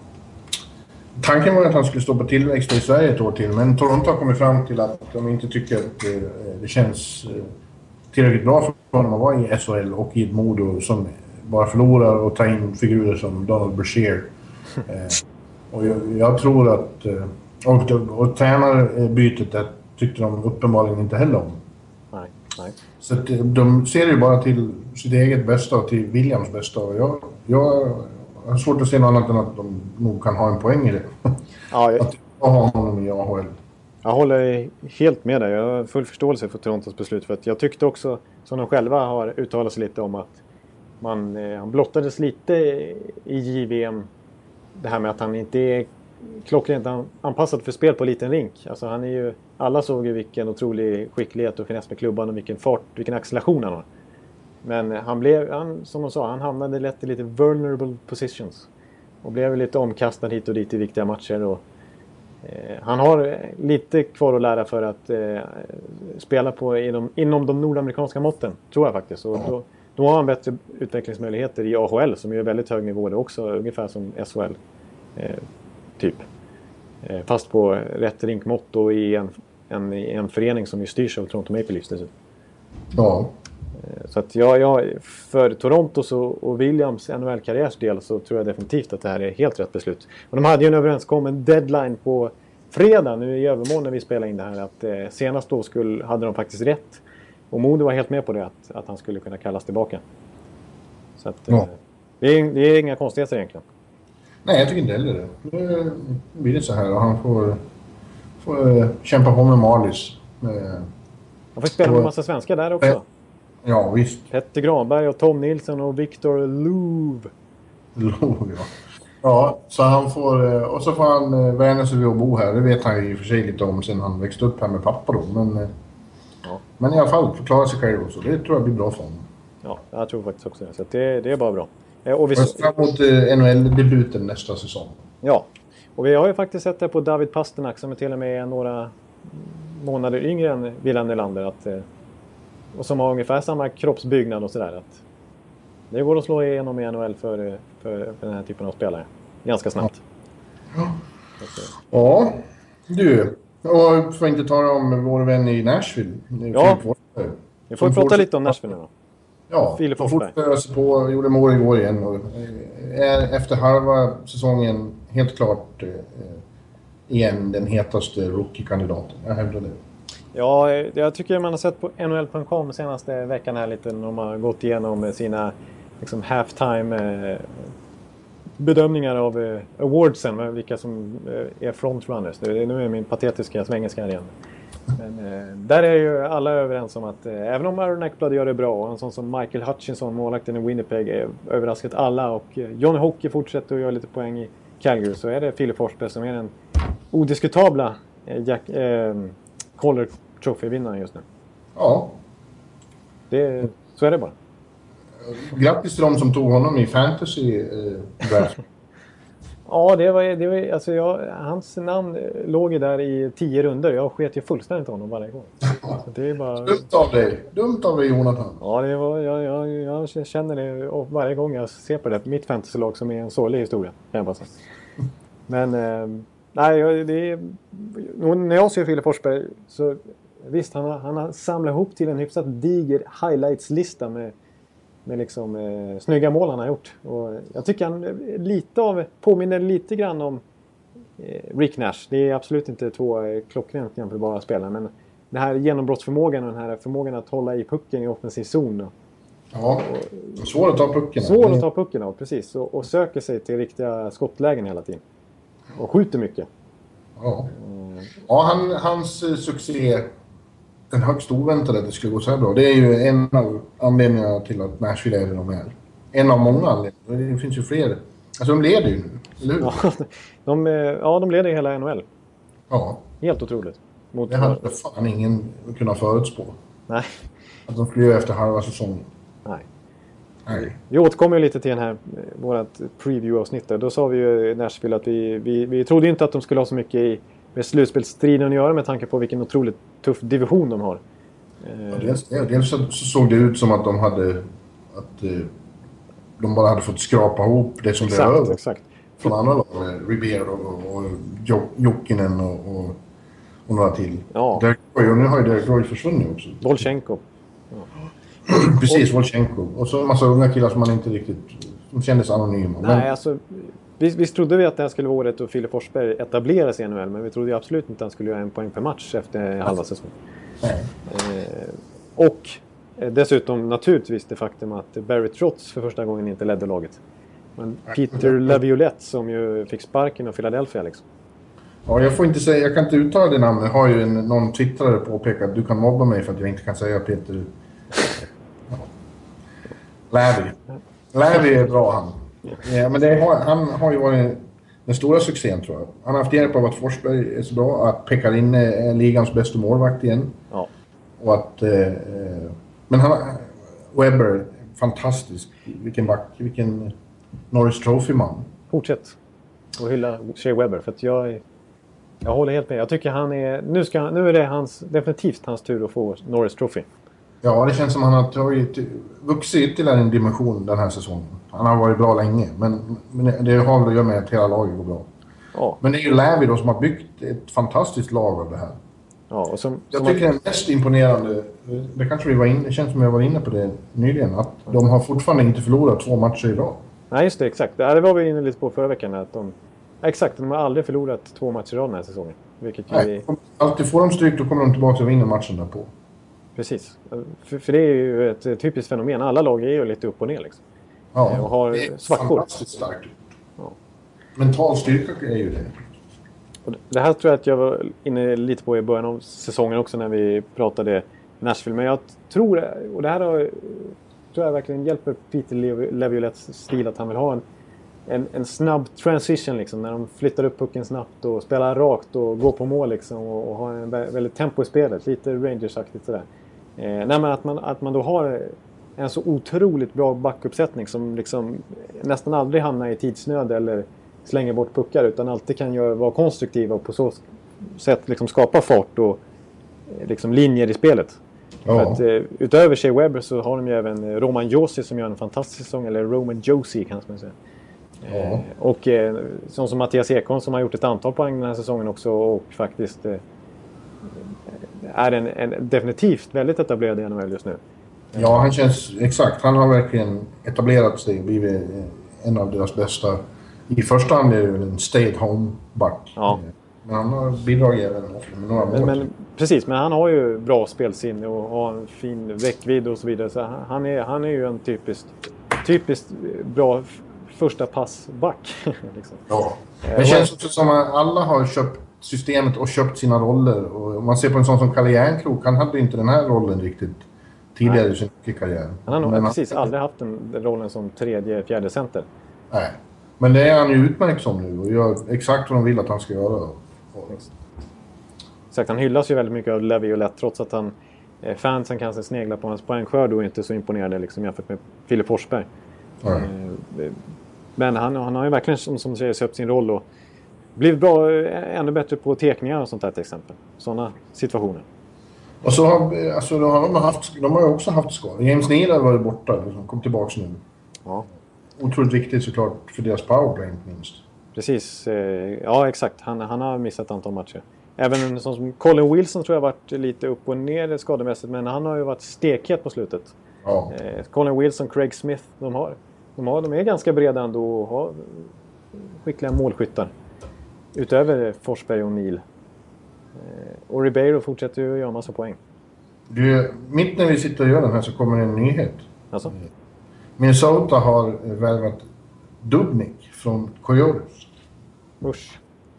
tanken var att han skulle stå på tillväxt i Sverige ett år till. Men Toronto har kommit fram till att de inte tycker att eh, det känns eh, tillräckligt bra för honom att vara i S H L och i ett Modo som bara förlorar och tar in figurer som Donald Brashear. Eh, och jag, jag tror att... Eh, och, och tränarbytet där tyckte de uppenbarligen inte heller om. Nej, nej. Så att de ser ju bara till sitt eget bästa och till Williams bästa. Och jag, jag har svårt att se något annat än att de nog kan ha en poäng i det. Ja, jag... Att ha honom i A H L. Jag håller helt med dig. Jag har full förståelse för Torontos beslut. För att jag tyckte också, som de själva har uttalat sig lite om, att man, han blottades lite i J V M. Det här med att han inte är klockrent anpassad för spel på liten rink. Alltså han är ju, alla såg ju vilken otrolig skicklighet och finess med klubban och vilken fart, vilken acceleration han har. Men han blev, han, som de sa, han hamnade lätt i lite vulnerable positions. Och blev lite omkastad hit och dit i viktiga matcher. Och, eh, han har lite kvar att lära för att eh, spela på inom, inom de nordamerikanska måtten, tror jag faktiskt. Och då, då har han bättre utvecklingsmöjligheter i A H L som är väldigt hög nivå det också, ungefär som S H L. Eh, typ. Eh, fast på rätt rinkmått och i en, en, en förening som ju styrs av Toronto Maple Leafs dessutom. Ja. Eh, så att jag, jag, för Torontos och, och Williams N H L-karriärs del så tror jag definitivt att det här är helt rätt beslut. Och de hade ju en överenskommen deadline på fredag, nu i övermorgon när vi spelar in det här, att eh, senast då skulle, hade de faktiskt rätt. Och Modo var helt med på det, att, att han skulle kunna kallas tillbaka. Så att eh, ja. det, är, det är inga konstigheter egentligen. Nej, jag tycker inte heller det. Nu blir det så här och han får, får uh, kämpa på med Marlies. Uh, han får spela med en massa svenskar där också. Ja, visst. Petter Granberg och Tom Nilsson och Victor Loov. Loov, ja. Ja, så han får... Och så får han uh, vänja sig vid att bo här. Det vet han ju i och för sig lite om sen han växte upp här med pappa då. Men, uh, ja. men i alla fall förklara sig själv också. Det tror jag blir bra för honom. Ja, jag tror faktiskt också det. Så det, det är bara bra. Och vi fram mot N H L-debuten nästa säsong. Ja, och vi har ju faktiskt sett det på David Pasternak som är till och med några månader yngre än William Nylander. Att, och som har ungefär samma kroppsbyggnad och sådär. Att det går att slå igenom i N H L för, för, för den här typen av spelare. Ganska snabbt. Ja, ja. Du. Och får inte tala om vår vän i Nashville. Ja, vi får prata lite om Nashville nu då. Ja, Filip och fortfarande sig på, gjorde mål igår igen och är efter halva säsongen helt klart eh, igen den hetaste rookie-kandidaten. Jag hävdar det. Ja, jag tycker man har sett på N H L punkt com senaste veckan här lite när de har gått igenom sina liksom, halftime eh, bedömningar av eh, awardsen, med vilka som eh, är frontrunners. Det, nu är min patetiska svengelska här igen. Men eh, där är ju alla överens om att eh, även om Aaron Ekblad gör det bra och en sån som Michael Hutchinson, målvakten i Winnipeg, är överraskat alla och eh, Johnny Hockey fortsätter att göra lite poäng i Calgary, så är det Filip Forsberg som är den odiskutabla eh, Jack, eh, Calder Trophy-vinnaren just nu. Ja. Det, så är det bara. Grattis till de som tog honom i fantasy eh, draft. Ja, det var, det var alltså jag, hans namn låg ju där i tio runder. Jag sket ju fullständigt honom varje gång. Så det är bara... Dumt av dig. Dumt av dig, Jonathan. Ja, det var, jag, jag, jag känner det varje gång jag ser på det. Mitt fantasylag som är en sorglig historia. Kan jag bara säga. Men, eh, nej, det är... När jag ser Filip Forsberg så... Visst, han har, han har samlat ihop till en hyfsat diger highlights-lista med... med liksom eh, snygga mål han har gjort. Och jag tycker han lite av, påminner lite grann om eh, Rick Nash. Det är absolut inte två eh, klockrent jämförbara spelare, men den här genombrottsförmågan och den här förmågan att hålla i pucken i offensiv zon. Och, ja, och, svår att ta pucken. Svår att ta pucken av, precis. Och, och söker sig till riktiga skottlägen hela tiden. Och skjuter mycket. Ja, mm. ja han, hans uh, succé, den högst oväntade att det skulle gå så här bra. Det är ju en av anledningarna till att Nashville är det de är. En av många anledningar. Det finns ju fler. Alltså de leder ju nu, eller hur? Ja, de, ja, de leder hela N H L. Ja. Helt otroligt. Mot det hade fan ingen kunnat förutspå. Nej. Att de skulle göra efter halva säsongen. Nej. Nej. Vi återkommer lite till den här, vårat preview-avsnitt. Då sa vi ju i Nashville att vi, vi, vi trodde inte att de skulle ha så mycket i, med slutspelsstriden att göra med tanke på vilken otroligt tuff division de har. Ja, dels, ja, dels så såg det ut som att de hade att eh, de bara hade fått skrapa ihop det som exakt, blev över. Exakt. Från andra lag, Ribeiro och, och jo, Jokinen och, och, och några till. Ja. Derek Roy, och nu har ju Derek Roy försvunnit också. Volchenko. Ja. Precis, Volchenko. Och så en massa unga killar som man inte riktigt... som kändes anonyma. Nej, men... alltså... Visst, visst trodde vi att det här skulle vara året då Filip Forsberg etableras i N H L, men vi trodde ju absolut inte att han skulle göra en poäng per match efter halva säsongen. Nej. Eh, och eh, dessutom naturligtvis det faktum att Barry Trotz för första gången inte ledde laget. Men Peter Laviolette som ju fick sparken av Philadelphia liksom. Ja, jag får inte säga, jag kan inte uttala det namnet. Jag har ju en, någon twittrare påpekat att du kan mobba mig för att jag inte kan säga Peter... Ja. Lavi. Lavi är bra han. Ja, men det har, han har ju varit den stora succén tror jag. Han har haft hjälp av att Forsberg är så bra, att Pekkarin är ligans bästa målvakt igen. Ja. Och att... Eh, men han... Weber, fantastisk. Vilken back, vilken Norris Trophy-man. Fortsätt och hylla Shea Weber för att jag... Jag håller helt med. Jag tycker han är... Nu, ska, nu är det hans, definitivt hans tur att få Norris Trophy. Ja, det känns som han har tagit, vuxit till en dimension den här säsongen. Han har varit bra länge, men, men det har väl att göra med att hela laget går bra. Ja. Men det är ju Lavi då som har byggt ett fantastiskt lag av det här. Ja, och som, jag som tycker att... det mest imponerande, det kanske vi var inne, det känns som jag var inne på det nyligen, att de har fortfarande inte förlorat två matcher i rad. Nej, just det, exakt. Det var vi inne lite på förra veckan. Att de, exakt, de har aldrig förlorat två matcher i rad den här säsongen. Vilket Nej, vi... alltid får de stryk, då kommer de tillbaka och vinner matchen därpå. Precis. För, för det är ju ett typiskt fenomen. Alla lag är ju lite upp och ner liksom. Ja, och har det är svackor. fantastiskt starkt. Ja. Mental styrka är ju det. Och det här tror jag att jag var inne lite på i början av säsongen också när vi pratade Nashville. Men jag tror, och det här har, tror jag verkligen hjälper Peter Laviolettes stil, att han vill ha en, en, en snabb transition liksom. När de flyttar upp pucken snabbt och spelar rakt och går på mål liksom. Och, och har en väldigt tempo i spelet. Lite Rangers-aktigt sådär. Eh, nej, men att man, att man då har en så otroligt bra backuppsättning som liksom nästan aldrig hamnar i tidsnöd eller slänger bort puckar, utan alltid kan göra, vara konstruktiva och på så sätt liksom skapa fart och liksom linjer i spelet. Ja. För att, eh, utöver Shea Weber så har de ju även Roman Josi som gör en fantastisk säsong, eller Roman Josi kan man säga. Ja. Eh, och eh, sån som Mattias Ekholm som har gjort ett antal poäng den här säsongen också och faktiskt eh, är en, en definitivt väldigt etablerad i N H L just nu. Ja, han känns exakt. Han har verkligen etablerat sig och blivit en av deras bästa. I första hand är det en stay-at-home-back. Ja. Men han har bidragit även med några mål. Men, men, precis, men han har ju bra spelsinne och har en fin räckvidd och så vidare. Så han är, han är ju en typiskt, typiskt bra f- första passback. liksom. Ja. Det känns också som att alla har köpt systemet och köpt sina roller. Och om man ser på en sån som Kalle Järnkrok, han hade inte den här rollen riktigt tidigare Nej. i sin karriär. Han har nog men precis han... aldrig haft den rollen som tredje, fjärde center. Nej. Men det är han ju utmärkt som nu och gör exakt vad de vill att han ska göra. Exakt, han hyllas ju väldigt mycket av Laviolette trots att han, eh, fansen kanske sneglar på hans poängskörd och inte så imponerade liksom, jämfört med Filip Forsberg. Mm. Eh, men han, han har ju verkligen som, som säger sökt sin roll och blivit bra, eh, ännu bättre på tekningar och sånt där till exempel. Sådana situationer. Och så har, alltså, då har de, haft, de har ju också haft skador. James Neal var ju borta, som kom tillbaka nu. Ja. Otroligt viktigt såklart för deras powerplay inte minst. Precis, eh, ja exakt. Han, han har missat ett antal matcher. Även en sån som Colin Wilson tror jag har varit lite upp och ner skademässigt, men han har ju varit stekhet på slutet. Ja. Eh, Colin Wilson, Craig Smith, de har, de har, de är ganska breda ändå och har skickliga målskyttar. Utöver Forsberg och Neal. Eh, och Ribeiro fortsätter ju att göra massa poäng. Du, mitt när vi sitter och gör den här så kommer en nyhet. Alltså? Minnesota har värvat Dubnik från Coyotes. Usch.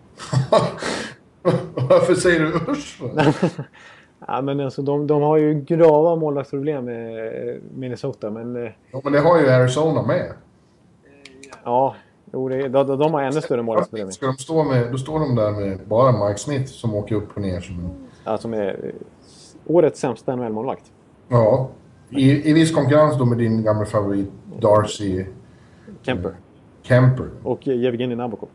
Varför säger du usch? Ja, men alltså, de, de har ju grava målvaktsproblem med Minnesota. Men, ja, men det har ju Arizona med. Ja, jo, det, de, de har ännu större målvaktsproblem. Ska de stå med, då står de där med bara Mike Smith som åker upp och ner. Som... Ja, som är årets sämsta N H L-målvakt. Ja, I, i viss konkurrens då med din gamla favorit Darcy Kemper. Kemper. Och Yevgeny Nabokov.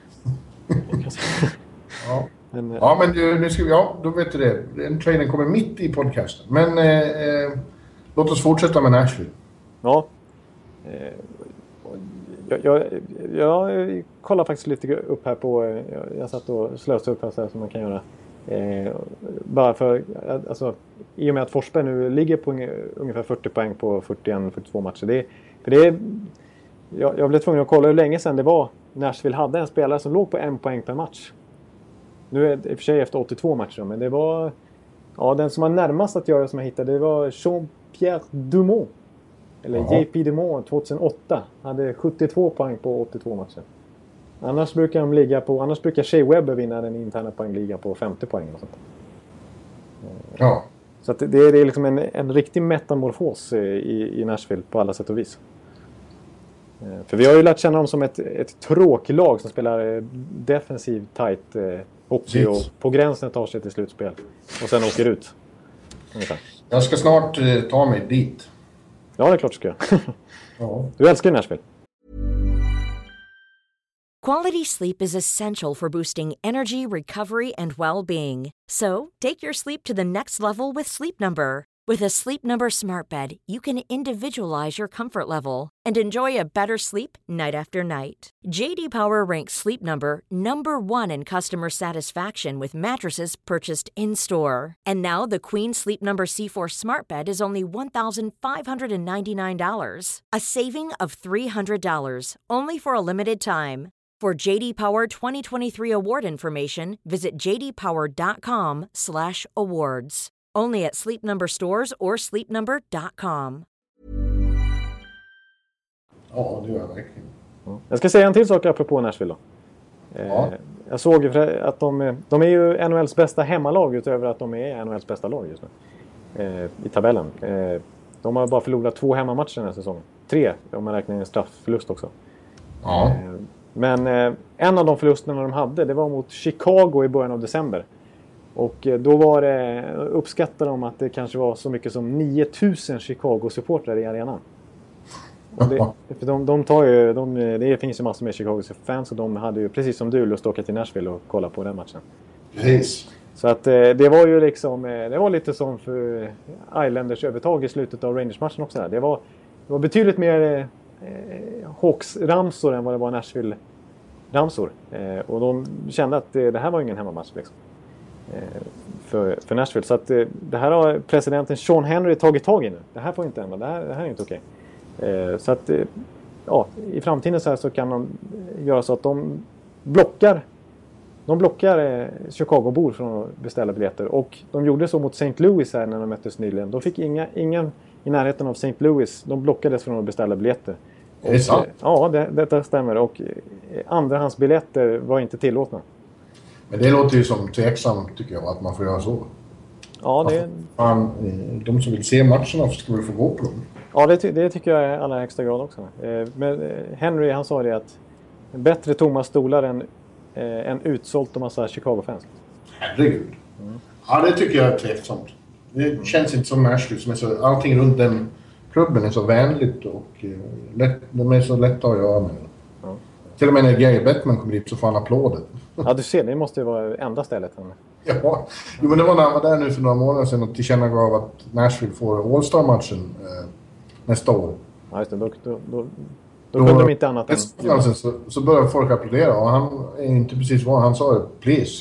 Ja. Men, ja, men du, nu ska vi, ja, då vet du det. Den traden kommer mitt i podcasten. Men eh, eh, låt oss fortsätta med Nashville. Ja. Eh, jag, jag, jag kollar faktiskt lite upp här på... Jag, jag satt och slösade upp här så här som man kan göra. Eh, bara för... Alltså, i och med att Forsberg nu ligger på ungefär fyrtio poäng på fyrtioen fyrtiotvå matcher. Det, för det är... Jag, jag blev tvungen att kolla hur länge sedan det var Nashville hade en spelare som låg på en poäng per match. Nu är det i och för sig efter åttiotvå matcher, men det var... Ja, den som var närmast att göra som jag hittade, det var Jean-Pierre Dumont. Eller Jaha. J P Dumont tjugohundraåtta. Hade sjuttiotvå poäng på åttiotvå matcher. Annars brukar de ligga på... Annars brukar Shea Weber vinna den interna poängliga på femtio poäng och sånt. Ja. Så att det, det är liksom en, en riktig metamorfos i, i Nashville på alla sätt och vis. För vi har ju lärt känna dem som ett, ett tråklag som spelar defensiv, tight eh, hockey och på gränsen tar sig till slutspel. Och sen åker ut. Ungefär. Jag ska snart eh, ta mig dit. Ja, det är klart du ska. Ja. Du älskar Nashville. Quality sleep is essential for boosting energy, recovery, and well-being. So, take your sleep to the next level with Sleep Number. With a Sleep Number smart bed, you can individualize your comfort level and enjoy a better sleep night after night. J D Power ranks Sleep Number number one in customer satisfaction with mattresses purchased in-store. And now the Queen Sleep Number C four smart bed is only one thousand five hundred ninety-nine dollars. A saving of three hundred dollars, only for a limited time. For J D Power twenty twenty-three award information, visit j d power dot com slash awards. Only at Sleep Number stores or sleep number dot com. Ja, det gör jag verkligen. Jag ska säga en till sak apropå Nashville då. Ja. Eh, jag såg ju att de, de är ju N H L:s bästa hemmalag utöver att de är N H L:s bästa lag just nu. Eh, I tabellen. Eh, de har bara förlorat två hemmamatcher den här säsongen. Tre, om man räknar en straffförlust också. Ja. Eh, men eh, en av de förlusterna de hade, det var mot Chicago i början av december. Och eh, då var det, uppskattade de att det kanske var så mycket som nio tusen Chicago-supportrar i arenan. Och det, för de, de tar ju, de, det finns ju massor med Chicago-fans och de hade ju precis som du lust att åka till Nashville och kolla på den matchen. Precis. Så att eh, det var ju liksom, eh, det var lite som för Islanders övertag i slutet av Rangers-matchen också. Där. Det, var, det var betydligt mer eh, Hawks-ramsor än vad det var Nashville-ramsor. Eh, och de kände att det, det här var ingen hemmamatch liksom. Eh, för, för Nashville. Så att eh, det här har presidenten Sean Henry tagit tag i nu. Det här får inte hända, det här, det här är inte okej. Eh, så att eh, ja, i framtiden så, här så kan man göra så att de blockar De blockar eh, Chicago-bor från att beställa biljetter. Och de gjorde så mot Saint Louis här när de möttes nyligen. De fick inga, ingen i närheten av Saint Louis. De blockades från att beställa biljetter. Är det sant? Eh, ja, det, detta stämmer. Och eh, andrahandsbiljetter var inte tillåtna. Men det låter ju som tveksamt tycker jag att man får göra så. Ja, det, Fan, de som vill se matcherna ska väl få gå på dem. ja, det, ty- det tycker jag i allra högsta grad också. Eh, men eh, Henry han sa det att bättre tomma stolar än Eh, en utsålt och massa Chicago-fans. Herregud. Mm. Ja, det tycker jag är tveksamt. Det mm. känns inte som Nashville som är så... Allting runt den klubben är så vänligt och eh, lätt, de är så lätta att göra med. Mm. Till och med när Gary Bettman kommer dit så får han applåder. Ja, du ser, det måste ju vara enda stället. Ja, jo, men det var när han var där nu för några månader sedan och tillkännagav att Nashville får All-Star-matchen eh, nästa år. Ja, just det. Då, då, då, då kunde de inte annat än... Alltså, så, så började folk applådera och han är inte precis vad han sa. Please.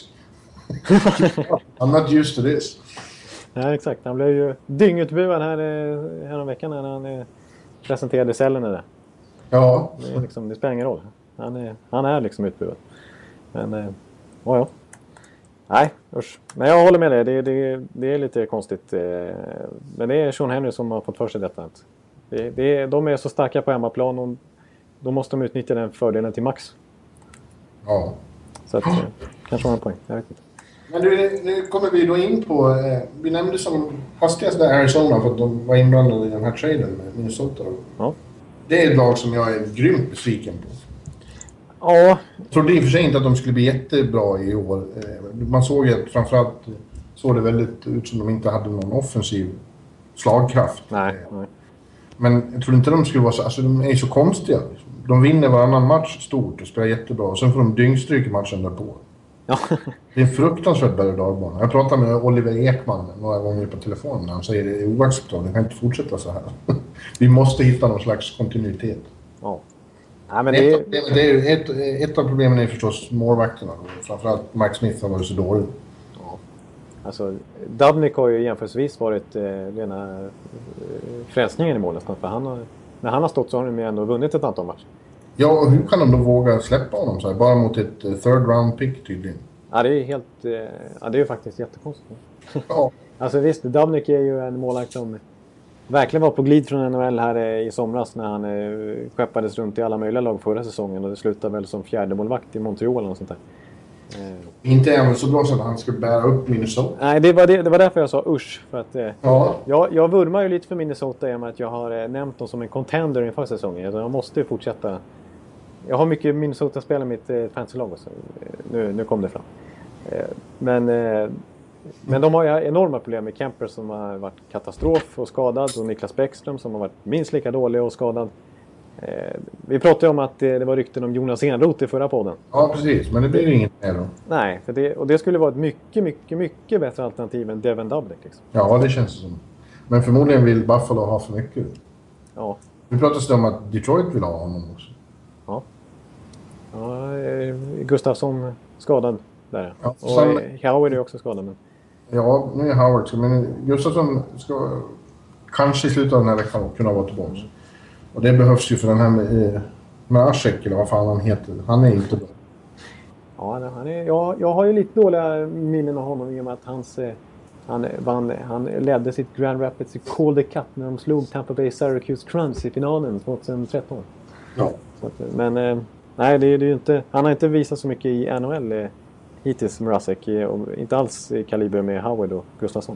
I'm not used to this. Ja, exakt. Han blev ju dyngutbuad här, här om veckan när han eh, presenterade cellen där. Ja. Det, är liksom, det spelar ingen roll. Han är, han är liksom utbuad. Men, eh, ja, ja. Nej, usch. Men jag håller med dig. Det, det, det är lite konstigt. Eh, men det är Sean Henry som har fått för sig detta. Det, det, de är så starka på hemmaplan och då måste de utnyttja den fördelen till max. Ja. Så att, eh, kanske har en poäng. Jag vet inte. Men du, nu kommer vi då in på... Eh, vi nämnde som hastigast där Arizona för att de var inblandade i den här traden med Minnesota. Ja. Det är ett lag som jag är grymt besviken på. Ja. Jag trodde i och för sig inte att de skulle bli jättebra i år. Eh, man såg ju att framförallt såg det väldigt ut som de inte hade någon offensiv slagkraft. Nej, nej. Men jag tror inte de skulle vara så... Alltså de är så konstiga. De vinner varannan match stort och spelar jättebra. Och sen får de dyngstryk i matchen därpå. Ja. Det är en fruktansvärt berg- och dalbana. Jag pratade med Oliver Ekman några gånger på telefonen. Han säger det är oacceptabelt. Det kan inte fortsätta så här. Vi måste hitta någon slags kontinuitet. Ja. Nej, men det... Ett, av, det är, ett, ett av problemen är förstås målvakterna. Framförallt Mike Smith har varit så dålig. Ja. Alltså, Dubnyk har ju jämförelsevis varit eh, rena eh, frälsningen i mål nästan. För han har, när han har stått så har de ju ändå vunnit ett antal matcher. Ja, och hur kan de då våga släppa honom så här? Bara mot ett uh, third round pick tydligen. Ja, det är helt... Eh, ja, det är ju faktiskt jättekonstigt. Ja. Alltså visst, Dubnyk är ju en målvakt som verkligen var på glid från N H L här eh, i somras när han eh, skeppades runt i alla möjliga lag förra säsongen. Och det slutade väl som fjärde målvakt i Montreal eller något sånt där. Eh. Inte är han så bra så att han ska bära upp Minnesota. Nej, det var, det, det var därför jag sa usch. För att, eh, ja. jag, jag vurmar ju lite för Minnesota i och med att jag har eh, nämnt dem som en contender inför säsongen. Jag, jag måste fortsätta. Jag har mycket Minnesota-spelare i mitt eh, fantasy-lag också. Nu, nu kom det fram. Eh, men, eh, men de har ju enorma problem med Kemper som har varit katastrof och skadad. Och Niklas Bäckström som har varit minst lika dålig och skadad. Eh, vi pratade ju om att det, det var rykten om Jonas Enroth i förra podden. Ja, precis. Men det blir ju inget mer då. Nej, för det, och det skulle vara ett mycket, mycket, mycket bättre alternativ än Devin Dubnyk. Liksom. Ja, det känns som. Men förmodligen vill Buffalo ha för mycket. Ja. Vi pratade om att Detroit vill ha honom också. Ja. Ja, Gustafsson skadad där. Ja, och sen, Howard är också skadad. Men... Ja, nu är Howard. Men Gustafsson ska kanske i slutet av den här veckan kunna vara tillbaka. Och det behövs ju för den här med, med Asek, eller vad fan han heter. Han är inte bra. Ja, han är, jag, jag har ju lite dåliga minnen av honom i och med att hans, han, vann, han ledde sitt Grand Rapids i Calder Cup när de slog Tampa Bay Syracuse Crunch i finalen tjugohundratretton. Ja. Så att, men nej, det, det är ju inte, han har inte visat så mycket i N H L hittills, Mrazek. Inte alls i kaliber med Howard och Gustafsson.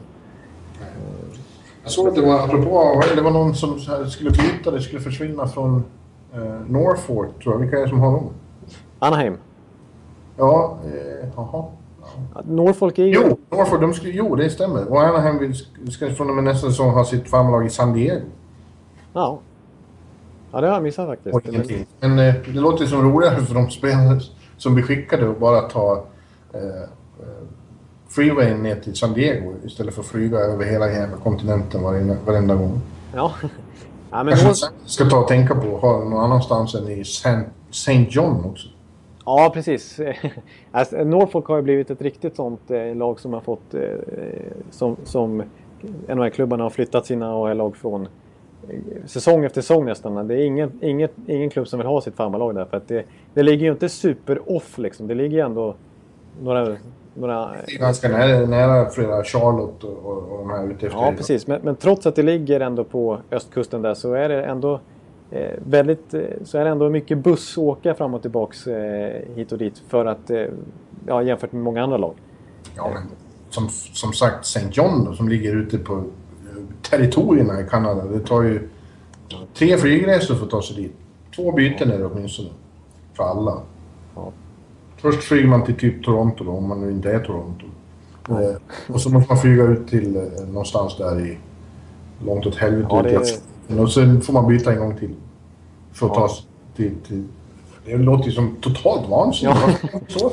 Jag såg att det var, apropå, det var någon som skulle byta, det skulle försvinna från eh, Norfolk, tror jag. Vilka är det som har dem? Anaheim. Ja, eh, jaha. Ja. Norfolk är ju... Jo, Norfolk, de skulle, jo, det stämmer. Och Anaheim vill, ska från och med nästa säsong ha sitt farmlag i San Diego. Ja. Ja, det har jag missat faktiskt. Och ingenting. Men eh, det låter som roligare för de spelare som blir skickade och bara ta eh, freewayen ner till San Diego istället för att flyga över hela jävla kontinenten varenda, varenda gång. Ja. Ja, men kanske Nor- ska ta och tänka på att ha någon annanstans än i Saint John också. Ja, precis. Alltså, Norfolk har ju blivit ett riktigt sånt eh, lag som har fått eh, som, som N H L-klubbarna har flyttat sina A H L-lag från eh, säsong efter säsong nästan. Det är ingen, inget, ingen klubb som vill ha sitt farmarlag där för att det, det ligger ju inte super off liksom. Det ligger ju ändå några... några det är ganska nära, nära flera Charlotte och, och, och de här ute efter. Ja, precis. Men, men trots att det ligger ändå på östkusten där så är det ändå eh, väldigt, eh, så är det ändå mycket bussåka fram och tillbaks eh, hit och dit för att, eh, ja, jämfört med många andra lag. Ja, men som, som sagt, Saint John då, som ligger ute på eh, territorierna i Kanada, det tar ju tre flygresor för att ta sig dit. Två byten är det åtminstone. För alla. Ja. Först flyger man till typ Toronto då, om man nu inte är Toronto. Mm. Eh, och så måste man flyga ut till eh, någonstans där i långt åt helvete. Ja, det är... Och sen får man byta en gång till. För att ja. ta sig till, till... Det låter ju som totalt vansinnigt. Ja,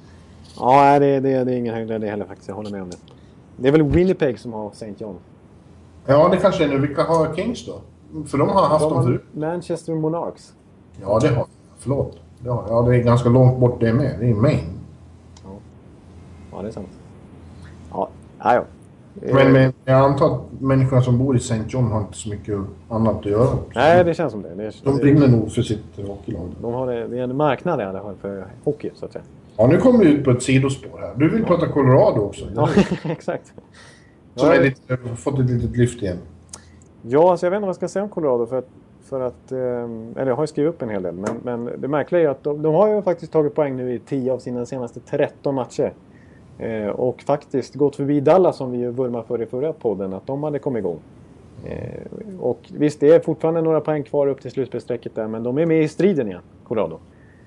ja det, det, det är ingen höjdare det heller faktiskt. Jag håller med om det. Det är väl Winnipeg som har Saint John. Ja, det kanske är nu. Vilka har Kings då? För de har haft de dem förut. Manchester Monarchs. Ja, det har Förlåt. Ja, ja, det är ganska långt bort det med. Det är Maine. Ja, ja det är sant. Ja, ja, ja. Men, men jag antar att människorna som bor i Saint John har inte så mycket annat att göra. Nej, det känns som det. det är, de brinner nog för sitt hockeylag. De har det, det är en marknad i alla fall för hockey, så att säga. Ja, nu kommer vi ut på ett sidospår här. Du vill ja. prata Colorado också. Ja, exakt. Som är lite, fått ett litet lyft igen. Ja, alltså jag vet inte vad jag ska säga om Colorado för att, för att eller jag har ju skrivit upp en hel del, men, men det märkliga är att de, de har ju faktiskt tagit poäng nu i tio av sina senaste tretton matcher. Eh, och faktiskt gått förbi Dallas som vi ju vurmar för i förra podden, att de hade kommit igång. Eh, och visst, det är fortfarande några poäng kvar upp till slutspelssträcket där, men de är med i striden igen, Colorado.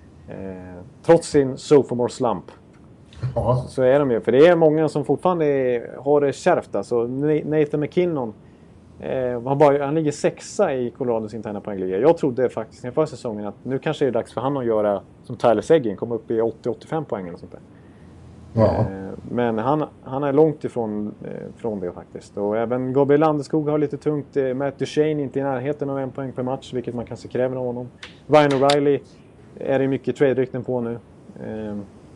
Eh, trots sin sophomore slump. Ja. Så är de ju, för det är många som fortfarande är, har det kärvt. Alltså Nathan McKinnon Eh, han, bara, han ligger sexa i Colorados interna poängliga. Jag trodde faktiskt inför säsongen att nu kanske det är dags för han att göra som Tyler Seguin, komma upp i åttio åttiofem poäng eller sånt där. Ja. Eh, men han, han är långt ifrån eh, från det faktiskt. Och även Gabriel Landeskog har lite tungt. Eh, Matt Duchene inte i närheten av en poäng per match, vilket man kanske kräver av honom. Ryan O'Reilly är det mycket trade-rykten på nu. Eh,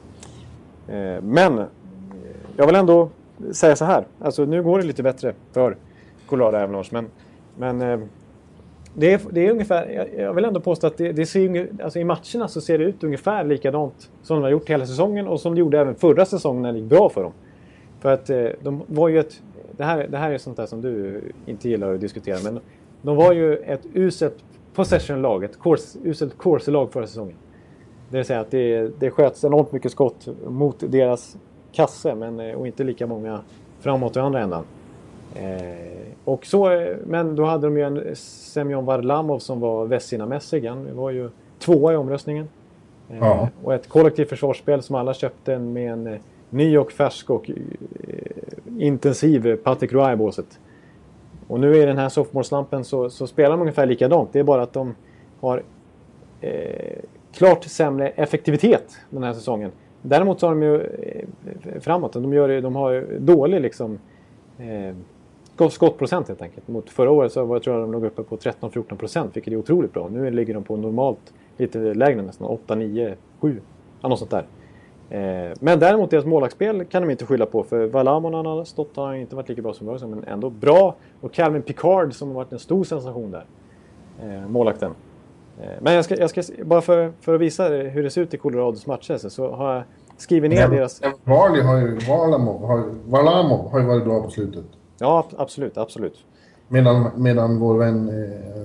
eh, men jag vill ändå säga så här. Alltså nu går det lite bättre för Colorado Avalanche, men, men eh, det, är, det är ungefär, jag, jag vill ändå påstå att det, det ser, alltså i matcherna så ser det ut ungefär likadant som de har gjort hela säsongen och som de gjorde även förra säsongen när det gick bra för dem. För att eh, de var ju ett, det här, det här är sånt där som du inte gillar att diskutera, men de var ju ett uselt possession-lag, ett course, uselt course-lag förra säsongen. Det vill säga att det, det sköts enormt mycket skott mot deras kasse, men, och inte lika många framåt i andra ändan. Eh, och så, men då hade de ju en Semyon Varlamov som var Vessina-mässig. Han var ju tvåa i omröstningen. Eh, ja. Och ett kollektivt försvarsspel som alla köpte med en ny och färsk och eh, intensiv Patrick Roy i båset. Och nu i den här sophomore-slampen så, så spelar de ungefär likadant. Det är bara att de har eh, klart sämre effektivitet den här säsongen. Däremot så har de ju eh, framåt. De, gör, de har dålig liksom eh, skottprocent helt enkelt. Mot förra året så var jag tror jag de låg uppe på tretton till fjorton procent, vilket är otroligt bra. Nu ligger de på normalt lite lägre nästan, åtta, nio, sju, något sånt där. Eh, men däremot deras målvaktsspel kan de inte skylla på, för Varlamov han har stått har inte varit lika bra som början, men ändå bra. Och Calvin Pickard som har varit en stor sensation där, eh, målvakten. Eh, men jag ska, jag ska bara för, för att visa hur det ser ut i Colorados matcher så har jag skrivit ner men, deras... Varlamov har ju, Varlamov har, Varlamov har ju varit bra på slutet. Ja, absolut, absolut. Medan, medan vår vän eh,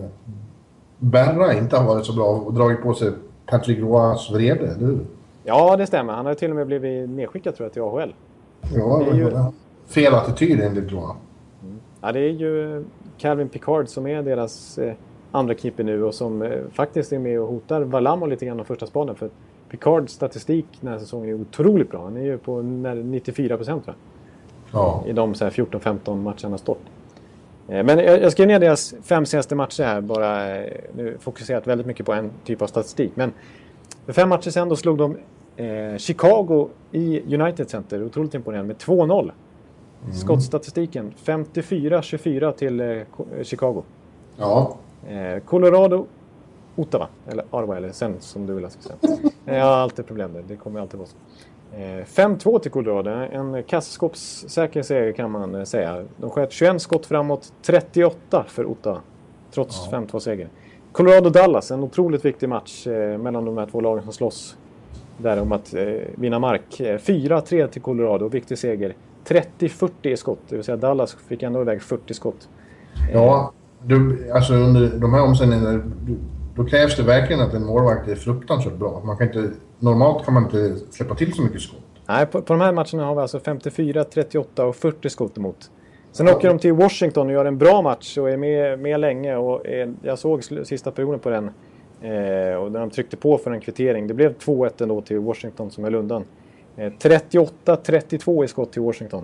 Berra inte har varit så bra och dragit på sig Patrick Roys vrede, eller hur? Ja, det stämmer. Han har till och med blivit nedskickad tror jag till A H L. Ja, det är ju... fel attityd enligt Roy. Mm. Ja, det är ju Calvin Pickard som är deras eh, andra keeper nu och som eh, faktiskt är med och hotar Varlamov lite grann av första spaden. För Pickards statistik den här säsongen är otroligt bra. Han är ju på nittiofyra procent tror jag. Ja. I de så här fjorton femton matcherna stått. Eh, men jag, jag skrev ner deras fem senaste matcher här. Bara eh, nu fokuserat väldigt mycket på en typ av statistik. Men för fem matcher sedan då slog de eh, Chicago i United Center. Otroligt imponerande med två noll. Mm. Skottstatistiken femtiofyra tjugofyra till eh, Chicago. Ja. Eh, Colorado, Ottawa. Eller Ottawa eller sen som du vill ska säga. Jag har alltid problem där. Det kommer alltid vara så. Eh, fem två till Colorado. En kassaskåpssäker seger kan man säga. De sköt tjugoett skott framåt. trettioåtta för Ottawa. Trots ja. fem två seger. Colorado-Dallas, en otroligt viktig match eh, mellan de här två lagen som slåss där om att eh, vinna mark. Eh, fyra tre till Colorado, viktig seger. trettio fyrtio i skott, det vill säga Dallas fick ändå iväg fyrtio skott. Eh, ja, du, alltså under de här omständigheterna, då krävs det verkligen att en målvakt är fruktansvärt bra. Man kan inte, normalt kan man inte släppa till så mycket skott. Nej, på, på de här matcherna har vi alltså femtiofyra, trettioåtta och fyrtio skott emot. Sen åker de till Washington och gör en bra match och är med, med länge. Och är, jag såg sista perioden på den. Eh, och när de tryckte på för en kvittering. Det blev två ett ändå till Washington som höll undan. Eh, trettioåtta trettiotvå i skott till Washington.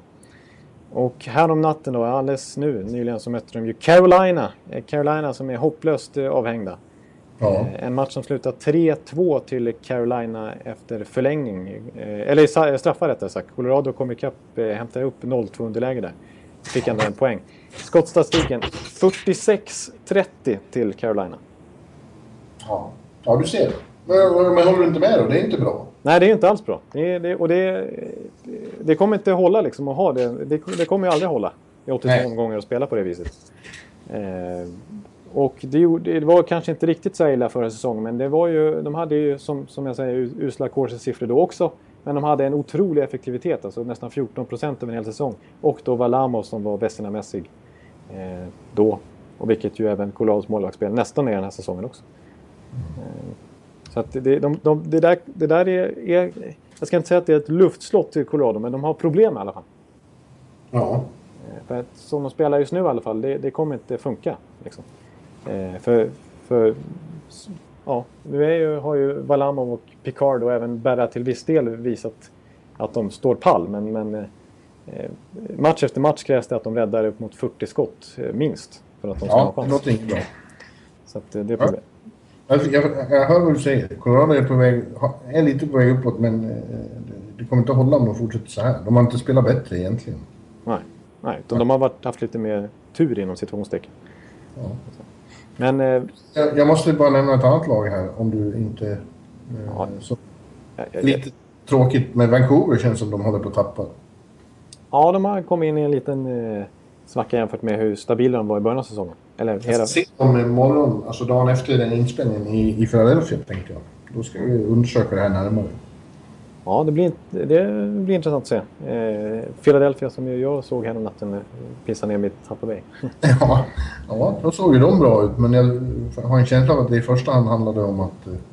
Och här om natten då, alldeles nu, nyligen så mötte de ju Carolina. Eh, Carolina som är hopplöst eh, avhängda. Ja. Eh, en match som slutar tre två till Carolina efter förlängning. Eh, eller straffar rättare sagt. Colorado kom ikapp, eh, hämtade upp noll två underläge där. Fick ändå en poäng. Skottstatistiken fyrtiosex trettio till Carolina. Ja, ja du ser. Men, men håller du inte med då? Det är inte bra. Nej, det är inte alls bra. Det, det, och det, det kommer inte hålla liksom att ha det. Det, det kommer ju aldrig hålla i åttiotvå omgångar att spela på det viset. Eh, och det, det var kanske inte riktigt så illa förra säsongen, men det var ju, de hade ju som, som jag säger usla Corsi-siffror då också. Men de hade en otrolig effektivitet, alltså nästan fjorton procent över en hel säsong. Och då var Lamos som var Vessina-mässig eh, då. Och vilket ju även Colorados målvaktsspel nästan är den här säsongen också. Eh, så att det, de, de, det där, det där är, är... Jag ska inte säga att det är ett luftslott till Colorado, men de har problem i alla fall. Ja. Eh, för att, som de spelar just nu i alla fall, det, det kommer inte funka. Liksom. Eh, för... för ja, nu är ju, har ju Varlamov och Pickard och även Berra till viss del visat att de står pall. Men, men eh, match efter match krävs det att de räddar upp mot fyrtio skott eh, minst för att de ska ja, ha chans. det låter inte bra. Så att, eh, det är problem. Ja. Jag, jag, jag hör vad du säger. Colorado är, på väg, är lite på väg uppåt, men eh, det kommer inte att hålla om de fortsätter så här. De har inte spelat bättre egentligen. Nej, Nej utan ja. de har varit, haft lite mer tur inom situationstecken. Ja. Men, eh, jag, jag måste bara nämna ett annat lag här, om du inte... Eh, ja. så, ja, ja, lite ja. tråkigt, men Vancouver känns som de håller på att tappa. Ja, de har kommit in i en liten eh, svacka jämfört med hur stabila de var i början av säsongen. Eller hela... Jag ser om imorgon, alltså dagen efter den inspelningen i, i Philadelphia, tänkte jag. Då ska vi undersöka det här närmare. Ja, det blir, det blir intressant att se. Eh, Philadelphia som jag såg här om natten pissade ner mitt Tampa Bay. ja, ja, då såg ju de bra ut. Men jag har en känsla av att det i första hand handlade om att eh,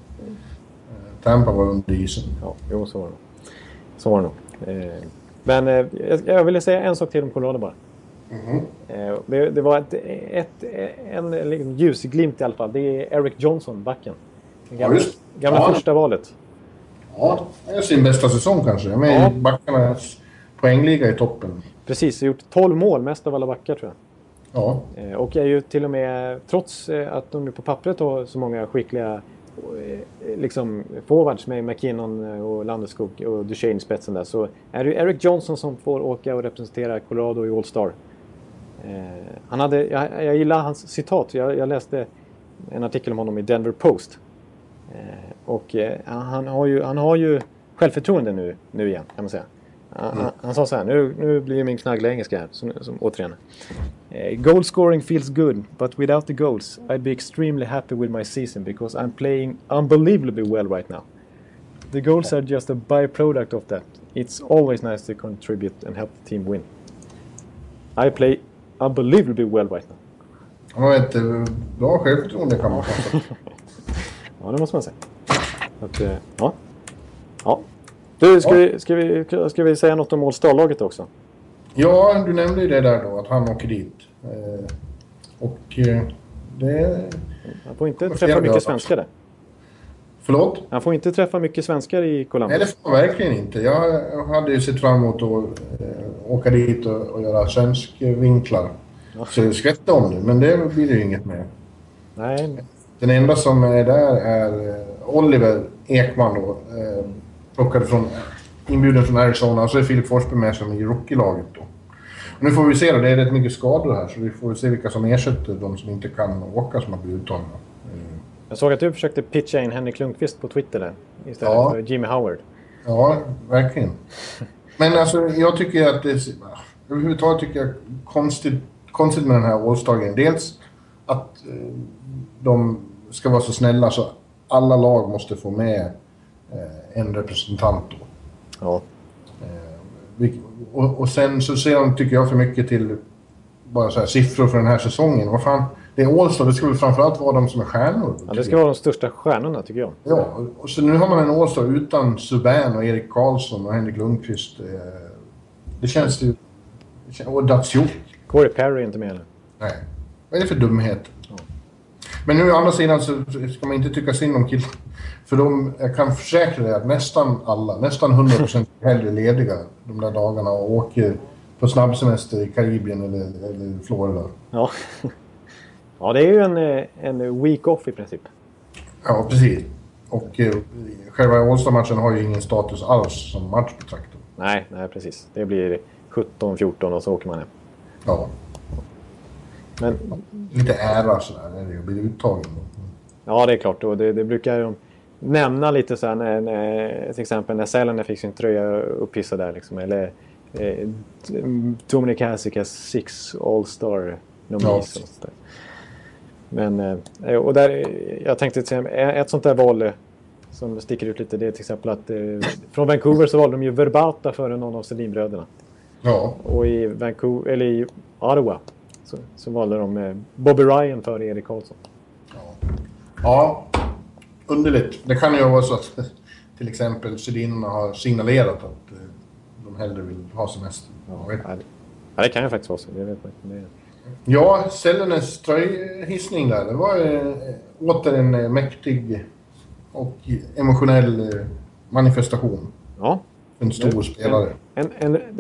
Tampa var under isen. Ja, jo, så var det nog. Så var det nog. Eh, men eh, jag, jag ville säga en sak till om Colorado bara. Mm-hmm. Eh, det, det var ett, ett, en, en ljusglimt i alla fall. Det är Eric Johnson, backen. Gamla, ja, gamla ja. första valet. Ja, det är sin bästa säsong kanske. Med ja. backarnas poängliga i toppen. Precis, har gjort tolv mål, mest av alla backar tror jag. Ja. Eh, och är ju till och med, trots eh, att de nu på pappret har så många skickliga eh, liksom forwards med McKinnon och Landeskog och Duchene i spetsen där, så är det ju Eric Johnson som får åka och representera Colorado i All-Star. Eh, han hade, jag, jag gillar hans citat. Jag, jag läste en artikel om honom i Denver Post. Eh, och eh, han, har ju, han har ju självförtroende nu, nu igen, kan man säga. Han, mm. han, han sa så här, nu, nu blir min knaggla engelska här, som, som återigen. Eh, goal scoring feels good, but without the goals I'd be extremely happy with my season because I'm playing unbelievably well right now. The goals are just a byproduct of that. It's always nice to contribute and help the team win. I play unbelievably well right now. Han har ett bra självförtroende, kan man säga. Ja, det måste man säga. Att, eh, ja. Ja. Du, ska, ja. Vi, ska, vi, ska vi säga något om All-Star-laget också? Ja, du nämnde ju det där då, att han åker dit. Eh, och eh, det... Han får inte träffa mycket svenskar där. Förlåt? Han får inte träffa mycket svenskar i Columbus. Nej, det får man verkligen inte. Jag hade ju sett fram emot att eh, åka dit och, och göra svensk vinklar. Ja. Så jag skvätte om det, men det blir det ju inget med. Nej. Den enda som är där är Oliver Ekman då. Eh, plockade från, inbjuden från Arizona. Och så är Filip Forsberg med som i rookie-laget då. Och nu får vi se då, det är rätt mycket skador här. Så vi får se vilka som ersätter de som inte kan åka som har blivit uttagna. Eh. Jag såg att du försökte pitcha in Henrik Lundqvist på Twitter där. Istället ja. för Jimmy Howard. Ja, verkligen. Men alltså, jag tycker att det är... Överhuvudtaget tycker jag konstigt, konstigt med den här All-Star-grejen. Dels att eh, de ska vara så snälla så alla lag måste få med eh, en representant då. Ja. Eh, och, och sen så ser de, tycker jag, för mycket till bara så här siffror för den här säsongen. Vad fan, det är All-Star, det ska väl framförallt vara de som är stjärnor. Ja, det ska vara de största stjärnorna, tycker jag. Ja, och så nu har man en All-Star utan Subban och Erik Karlsson och Henrik Lundqvist. Eh, det känns ju... Och Datsjuk. Corey Perry är inte med heller. Nej. Vad är det för dumhet? Ja. Men nu å andra sidan så ska man inte tycka synd om killar. För de, jag kan försäkra dig att nästan alla, nästan hundra procent hellre lediga de där dagarna och åker på snabbsemester i Karibien eller, eller Florida. Ja. Ja, det är ju en, en week off i princip. Ja, precis. Och eh, själva All-Star-matchen har ju ingen status alls som matchbetraktare. Nej, nej, precis. Det blir sjutton fjorton och så åker man hem. Ja. Men, lite ära sådär när det blir uttagen. Ja, det är klart. Och det, det brukar de nämna lite så här när, när, till exempel när Sälen fick sin tröja upphissad där liksom. Eller eh, Dominik Hasek has six All-Star nominees. Ja. Men, eh, och där, jag tänkte säga, ett sånt där val som sticker ut lite, det är till exempel att eh, från Vancouver så valde de ju Verbata före någon av Sedinbröderna. Ja. Och i Vancouver, eller i Ottawa så, så valde de eh, Bobby Ryan före Erik Karlsson. Ja. Ja, underligt. Det kan ju vara så att till exempel Sedinarna har signalerat att eh, de hellre vill ha semester. Ja, ja, det kan ju faktiskt vara så. Det vet man inte. Det är... Ja, Sellenes tröjhissning där, det var eh, åter en eh, mäktig och emotionell eh, manifestation. Ja. En stor det, spelare. En, en, det,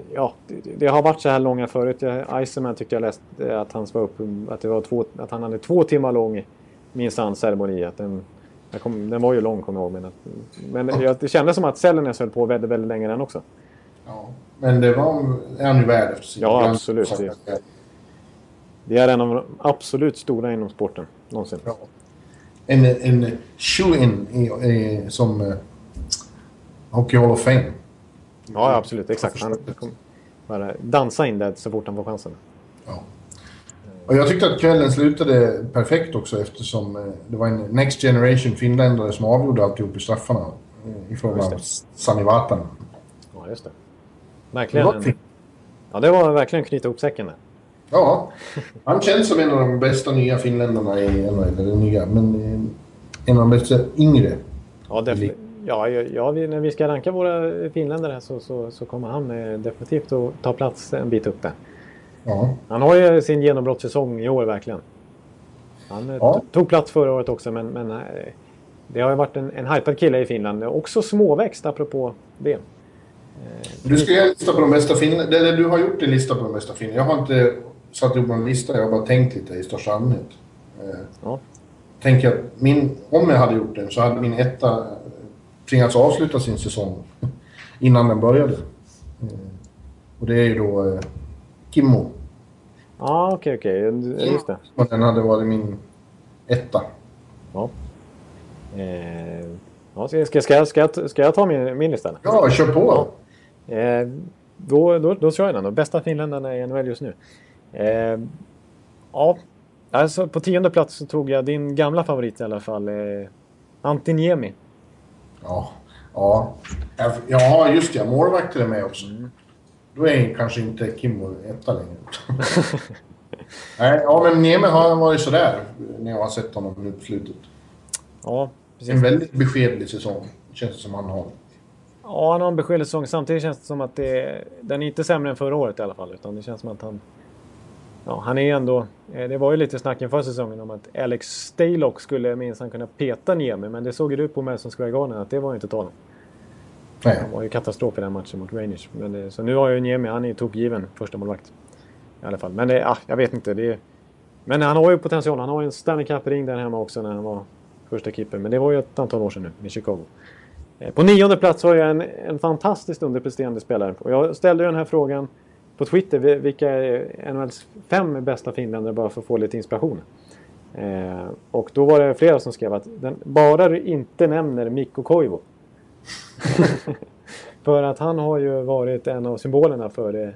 ja, det, det har varit så här långa förut. Iceman tyckte jag läste att han var upp, att det var två, att han hade två timmar lång minst ceremoni. Att den, kom, den var ju lång, kommer jag ihåg. Men, att, men jag, det kändes som att Sellenes höll på väldigt, väldigt länge den också. Ja, men det var är han ju värd efter sin. Ja, absolut. Det, det är en av de absolut stora inom sporten någonsin. Ja. En, en shoe-in i, i, som uh, Hockey Hall of Fame. Ja, absolut. Exakt. Han kommer bara dansa in där så fort han får chansen. Ja. Och jag tyckte att kvällen slutade perfekt också eftersom uh, det var en Next Generation finländare som avgjorde alltihop i straffarna uh, i från av Sami Vatanen. Ja, just det. Verkligen. Det en... Ja, det var verkligen knyta ihop säcken där. Ja, han känns som en av de bästa nya finländarna i N H L, eller nya, men en av de bästa yngre. Ja, definitivt. Ja, ja, när vi ska ranka våra finländare så, så, så kommer han definitivt att ta plats en bit upp där. Ja. Han har ju sin genombrottssäsong i år verkligen. Han ja. tog plats förra året också, men, men det har ju varit en, en hypad kille i Finland. Också småväxt apropå det. Du ska göra en lista på de bästa finländarna. Eller du har gjort en lista på de bästa finländarna. Jag har inte satt ihop en lista, jag har bara tänkt lite i största allmänhet. Ja. Tänker att min, om jag hade gjort den så hade min etta tvingats avsluta sin säsong innan den började. Och det är ju då Kimmo. Ja, okej, okej. Just det. Och den hade varit min etta. Ja. Eh, ja ska, ska, ska, ska, jag, ska jag ta min, min lista? Ja, kör på. Ja. Eh, då, då, då kör jag den då. Bästa finländarna i N H L just nu. Eh, ja, alltså på tionde plats så tog jag din gamla favorit i alla fall. Eh, Antti Niemi. Ja, ja. Ja, just det. Målvakter är med också. Mm. Då är kanske inte Kimmo etta längre. Nej, ja, men Niemi har varit sådär när jag har sett honom nu på slutet. Ja, precis. En väldigt beskedlig säsong, känns det som han har. Ja, han har en beskedlig säsong. Samtidigt känns det som att det, den är inte sämre än förra året i alla fall. Utan det känns som att han... Ja, han är ändå... Det var ju lite snack inför säsongen om att Alex Stalock skulle minst han kunna peta Niemi. Men det såg ju du på Madison Square Garden att det var ju inte tal om. Nej. Han var ju katastrof i den matchen mot Rangers. Men det, så nu har ju Niemi, han är ju tokgiven första målvakt. I alla fall. Men det, ja, jag vet inte. Det är, men han har ju potential. Han har ju en Stanley Cup-ring där hemma också när han var första keeper. Men det var ju ett antal år sedan nu med Chicago. På nionde plats har jag en, en fantastiskt underpresterande spelare. Och jag ställde ju den här frågan på Twitter. Vilka är N H L:s fem bästa finländare bara för att få lite inspiration. Eh, och då var det flera som skrev att den, bara du inte nämner Mikko Koivu. För att han har ju varit en av symbolerna för det,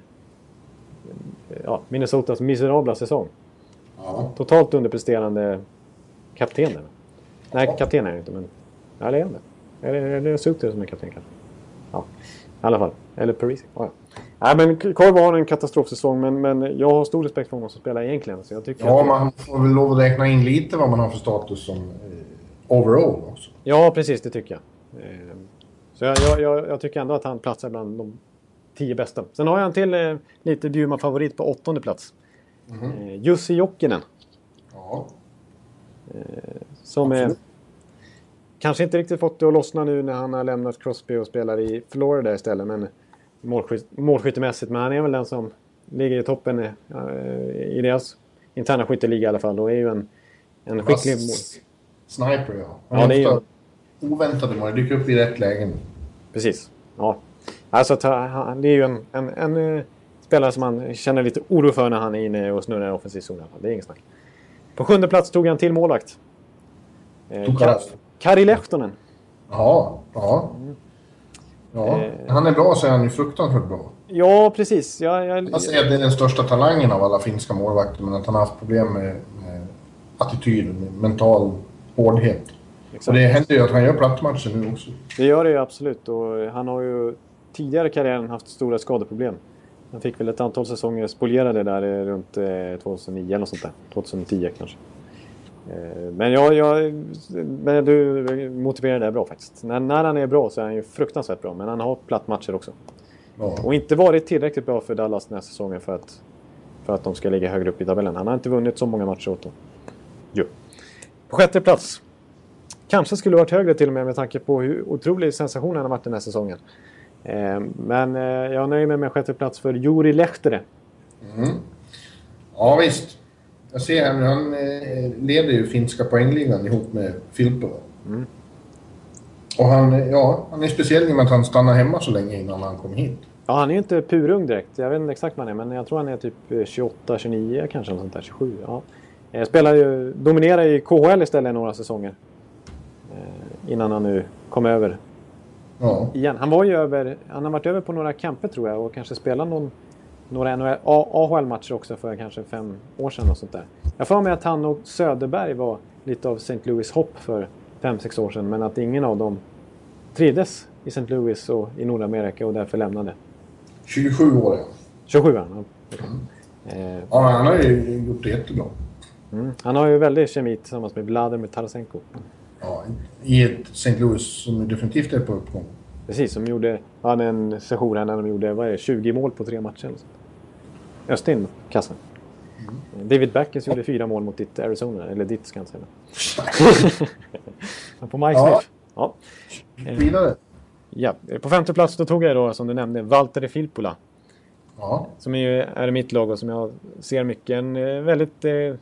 ja, Minnesotas miserabla säsong. Ja. Totalt underpresterande kaptenen. Nej, kapten är jag inte, men ja, det är det. Eller är det Suter som är kapten kanske? Ja, i alla fall. Eller Parisi. Ja, ja. Nej, men Koivu har en katastrofsäsong, men, men jag har stor respekt för honom som spelar egentligen. Så jag tycker ja, att man får väl lov att räkna in lite vad man har för status som eh, overall också. Ja, precis, det tycker jag. Eh, så jag, jag, jag, jag tycker ändå att han platsar bland de tio bästa. Sen har jag en till eh, lite Bjurman favorit på åttonde plats. Mm-hmm. Eh, Jussi Jokinen. Ja. Eh, som är... Kanske inte riktigt fått det att lossna nu när han har lämnat Crosby och spelar i Florida istället. Men målskyt, målskyttemässigt. Men han är väl den som ligger i toppen i, i deras interna skytteliga i alla fall. Och är ju en, en skicklig mål. Sniper, ja. Han ja, det är ju... oväntade mål. Dyker upp i rätt lägen. Precis. Ja. Alltså, han, det är ju en, en, en spelare som man känner lite oro för när han är inne och snurrar i offensiv zon i alla fall. Det är inget snack. På sjunde plats tog han till målvakt. Eh, Kari Lehtonen. Ja, ja. Ja, eh, han är bra så är han ju fruktansvärt bra. Ja, precis. Jag, jag, jag säger att det är den största talangen av alla finska målvakter, men att han har haft problem med, med attityd, med mental hårdhet. Exakt. Och det händer ju att han gör plattmatcher nu också. Det gör det ju absolut, och han har ju tidigare i karriären haft stora skadeproblem. Han fick väl ett antal säsonger spolierade där runt eh, tjugohundranio eller något sånt där. tjugohundratio kanske. Men, jag, jag, men du motiverar det bra faktiskt. När, när han är bra så är han ju fruktansvärt bra. Men han har platt matcher också. Ja. Och inte varit tillräckligt bra för Dallas den här säsongen för att, för att de ska ligga högre upp i tabellen. Han har inte vunnit så många matcher åt dem. Jo. På sjätte plats. Kanske skulle varit högre till och med med tanke på hur otrolig sensation han har varit den här säsongen. Eh, men eh, jag nöjer mig med sjätte plats för Juri Lehtere. Mm. Ja, visst. Jag ser här nu, han eh, leder ju finska poängligan ihop med Filppula. Mm. Och han, ja, han är speciell i och med att han stannar hemma så länge innan han kom hit. Ja, han är ju inte purung direkt. Jag vet inte exakt vad han är, men jag tror han är typ tjugoåtta tjugonio kanske, eller sånt där, tjugosju. Ja. Jag spelar ju, dominerar i K H L istället några säsonger. Eh, innan han nu kom över. Ja. Igen. Han var ju över, han har varit över på några camper tror jag och kanske spelat någon, några N H L, A H L-matcher också för kanske fem år sedan och sånt där. Jag får med att han och Söderberg var lite av Saint Louis hopp för fem sex år sedan, men att ingen av dem trivdes i Saint Louis och i Nordamerika och därför lämnade. tjugosju år, ja. tjugosju, ja. Mm. Eh. Ja, han har ju gjort det jättebra. Mm. Han har ju väldigt kemi tillsammans med Vladimir Tarasenko. Ja, i ett Saint Louis som definitivt är på uppgång. Precis, som gjorde, han en session här när de gjorde, vad är det, tjugo mål på tre matcher. Östin, kassan. Mm. David Backes gjorde fyra mål mot ditt Arizona, eller ditt ska jag säga. På Mike ja. Smith. Ja. Vidare. Ja, på femte plats då tog jag då, som du nämnde, Valtteri Filppula. Ja. Som är, ju, är i mitt lag och som jag ser mycket. En eh, väldigt eh,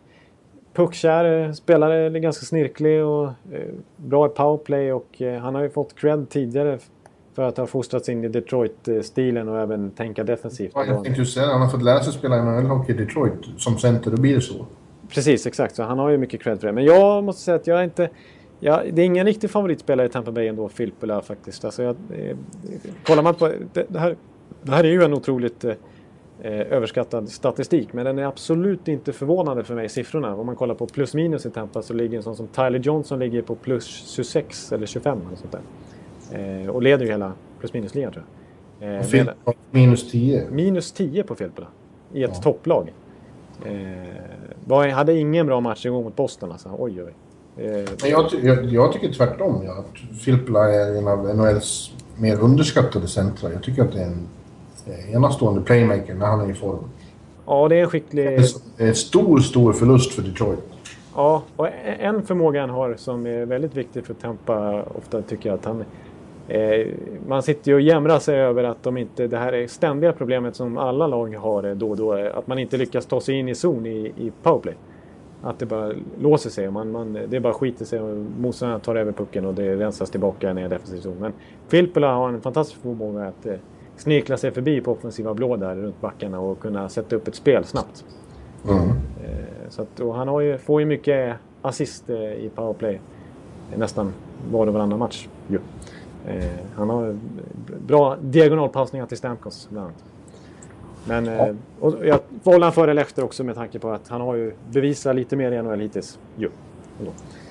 puckkär spelare, ganska snirklig och eh, bra i powerplay. Och eh, han har ju fått cred tidigare för att ha fostrats in i Detroit-stilen och även tänka defensivt. Ja, jag tänkte ju säga, han har fått lära sig spela i N H L-hockey i Detroit som center, då blir det så. Precis, exakt. Så han har ju mycket cred för det. Men jag måste säga att jag är inte... Ja, det är ingen riktig favoritspelare i Tampa Bay ändå, Filppula faktiskt. Alltså jag, eh, kollar man på... Det, det, här, det här är ju en otroligt eh, överskattad statistik. Men den är absolut inte förvånande för mig, siffrorna. Om man kollar på plus minus i Tampa så ligger en sån som Tyler Johnson ligger på plus tjugosex eller tjugofem eller sånt där. Eh, och leder ju hela plus minus-ligan tror jag. Eh, med, minus tio. Minus tio på Filppula. I ett ja. topplag. Eh, var, hade ingen bra match igång mot Boston alltså. Oj, oj. Men jag, jag, jag tycker tvärtom. Ja, att Filppula är en av N H L:s mer underskattade centra. Jag tycker att det är en enastående playmaker när han är i form. Ja, det är en skicklig... Det är en stor, stor förlust för Detroit. Ja, och en förmåga han har som är väldigt viktig för Tampa ofta tycker jag att han... Eh, man sitter ju och jämrar sig över att de inte... Det här är ständiga problemet som alla lag har då och då. Att man inte lyckas ta sig in i zon i, i powerplay. Att det bara låser sig. Man, man, det bara skiter sig och motståndarna tar över pucken och det rensas tillbaka ner i defensiv zon. Men Filppula har en fantastisk förmåga att eh, snirkla sig förbi på offensiva blå där runt backarna och kunna sätta upp ett spel snabbt. Mm. Eh, så att, och han har ju, får ju mycket assist eh, i powerplay. Nästan var och varannan match. Jo. Eh, han har bra diagonalpassningar till Stamkos bland annat. Men eh, och jag valde han före Lehter också med tanke på att han har ju bevisat lite mer i N H L hittills. Jo. Eh,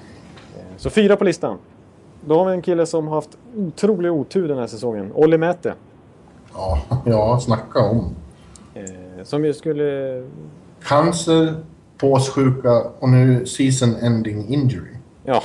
så fyra på listan. Då har vi en kille som har haft otrolig otur den här säsongen. Olli Mäte. Ja, ja, snacka om. Eh, som ju skulle... Cancer, påssjuka och nu season ending injury. Ja,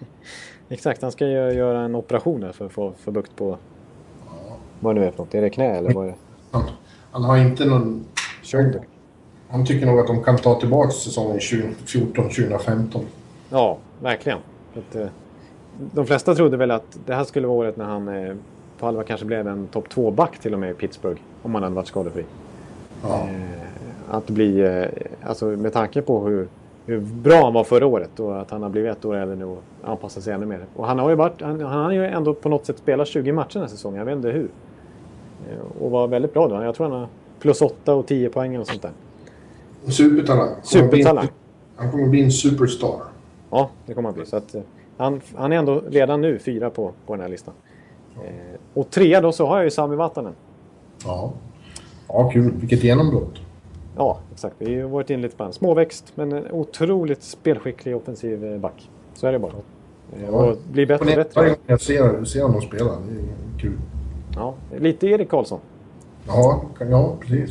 exakt. Han ska ju göra en operation här för att få, få bukt på... Ja. Vad det nu är för något. Är det knä eller vad är det? Han, han har inte någon... Shoulder. Han tycker nog att de kan ta tillbaka säsongen tjugofjorton tjugofemton. Ja, verkligen. För att, eh, de flesta trodde väl att det här skulle vara året när han eh, på halva kanske blev en topp två-back till och med i Pittsburgh. Om han hade varit skadefri. Ja. Eh, att bli... Eh, alltså med tanke på hur, hur bra han var förra året och att han har blivit ett år äldre nu och anpassat sig ännu mer. Och han har ju varit... Han, han har ju ändå på något sätt spelat tjugo matcher den här säsongen. Jag vet inte hur. Eh, och var väldigt bra då. Jag tror han har plus åtta och tio poäng och sånt där. Supertalang. Supertalang. Han kommer bli en superstar. Ja, det kommer han bli. Så att, eh, han, han är ändå redan nu fyra på, på den här listan. Eh, och tre då så har jag ju Sami Vatanen. Ja. Ja, kul. Vilket genombrott. Ja, exakt. Vi har ju varit in lite på en småväxt, men en otroligt spelskicklig offensiv back. Så är det bara. Eh, och blir bättre och bättre. Varje gång jag ser, ser honom spela, det är kul. Ja, lite Erik Karlsson. Ja, ja precis.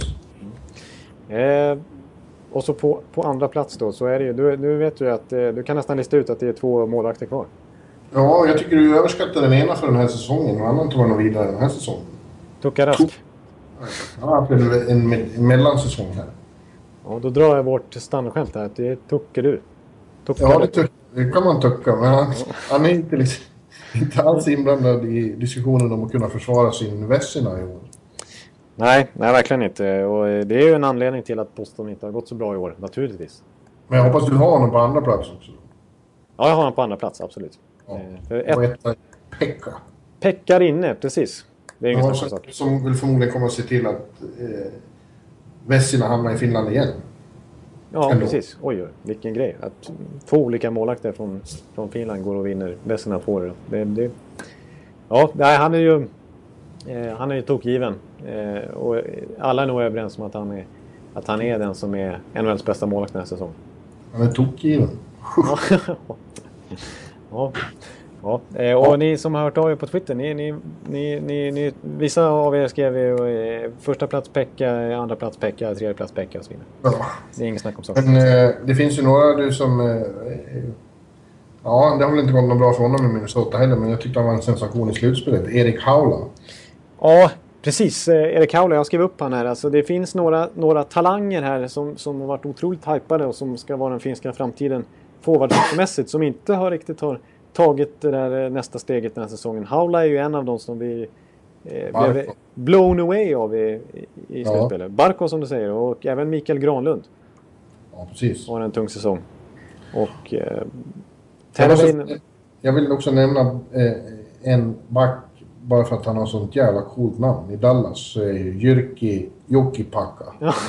Eh, och så på, på andra plats då så är det ju, du, nu vet du att eh, du kan nästan lista ut att det är två målvakter kvar. Ja, jag tycker du överskattar den ena för den här säsongen och annan inte var någon vidare den här säsongen. Tucka Rask. Han har haft en, en, en mellansäsong här. Ja, då drar jag vårt standardskämt här. Det tuckar du. Tuckar ja, du. det, tuck, det kan man tucka, men han, han är inte liksom... inte alls inblandad i diskussionen om att kunna försvara sin Vessina i år. Nej, nej, verkligen inte. Och det är ju en anledning till att Boston inte har gått så bra i år, naturligtvis. Men jag hoppas du har honom på andra plats också. Ja, jag har honom på andra plats, absolut. Ja. För Och ett... ett Pekka. Peckar inne, precis. Det är ingen Ja, sån som, sak. som vill förmodligen kommer att se till att eh, Vessina hamnar i Finland igen. Ja, Ändå. precis. Oj, oj, vilken grej. Att två olika målakter från, från Finland går och vinner Vessina på det. det, det ja, nej, han är ju eh, han är ju tokgiven. Eh, och alla är nog överens om att han är, att han är den som är N H L:s bästa målakt den här säsongen. Han är tokgiven. Ja. Ja. Ja. Eh, och ja. Ni som har hört av er på Twitter, ni, ni, ni, ni, ni, vissa av er skrev ju eh, första plats Pekka, andra plats Pekka, tredje plats Pekka och så vidare. Ja. Det är inget snack om saker. Men eh, det finns ju några du som... Eh, ja, det har väl inte gått något bra för honom i Minnesota heller, men jag tyckte han var en sensation i slutspelet. Erik Haula. Ja, precis. Eh, Erik Haula, jag skrev upp han här. Alltså, det finns några, några talanger här som, som har varit otroligt hypade och som ska vara den finska framtiden forwardmässigt, som inte har riktigt har tagit det där nästa steget den här säsongen. Haula är ju en av dem som vi eh, blev blown away av i, i, i ja. slutspelet. Barco som du säger, och även Mikael Granlund. Ja, precis. Har en tung säsong. Och eh, jag, måste, jag vill också nämna eh, en back, bara för att han har sånt jävla coolt namn. I Dallas så är ju Jyrki Jokipakka.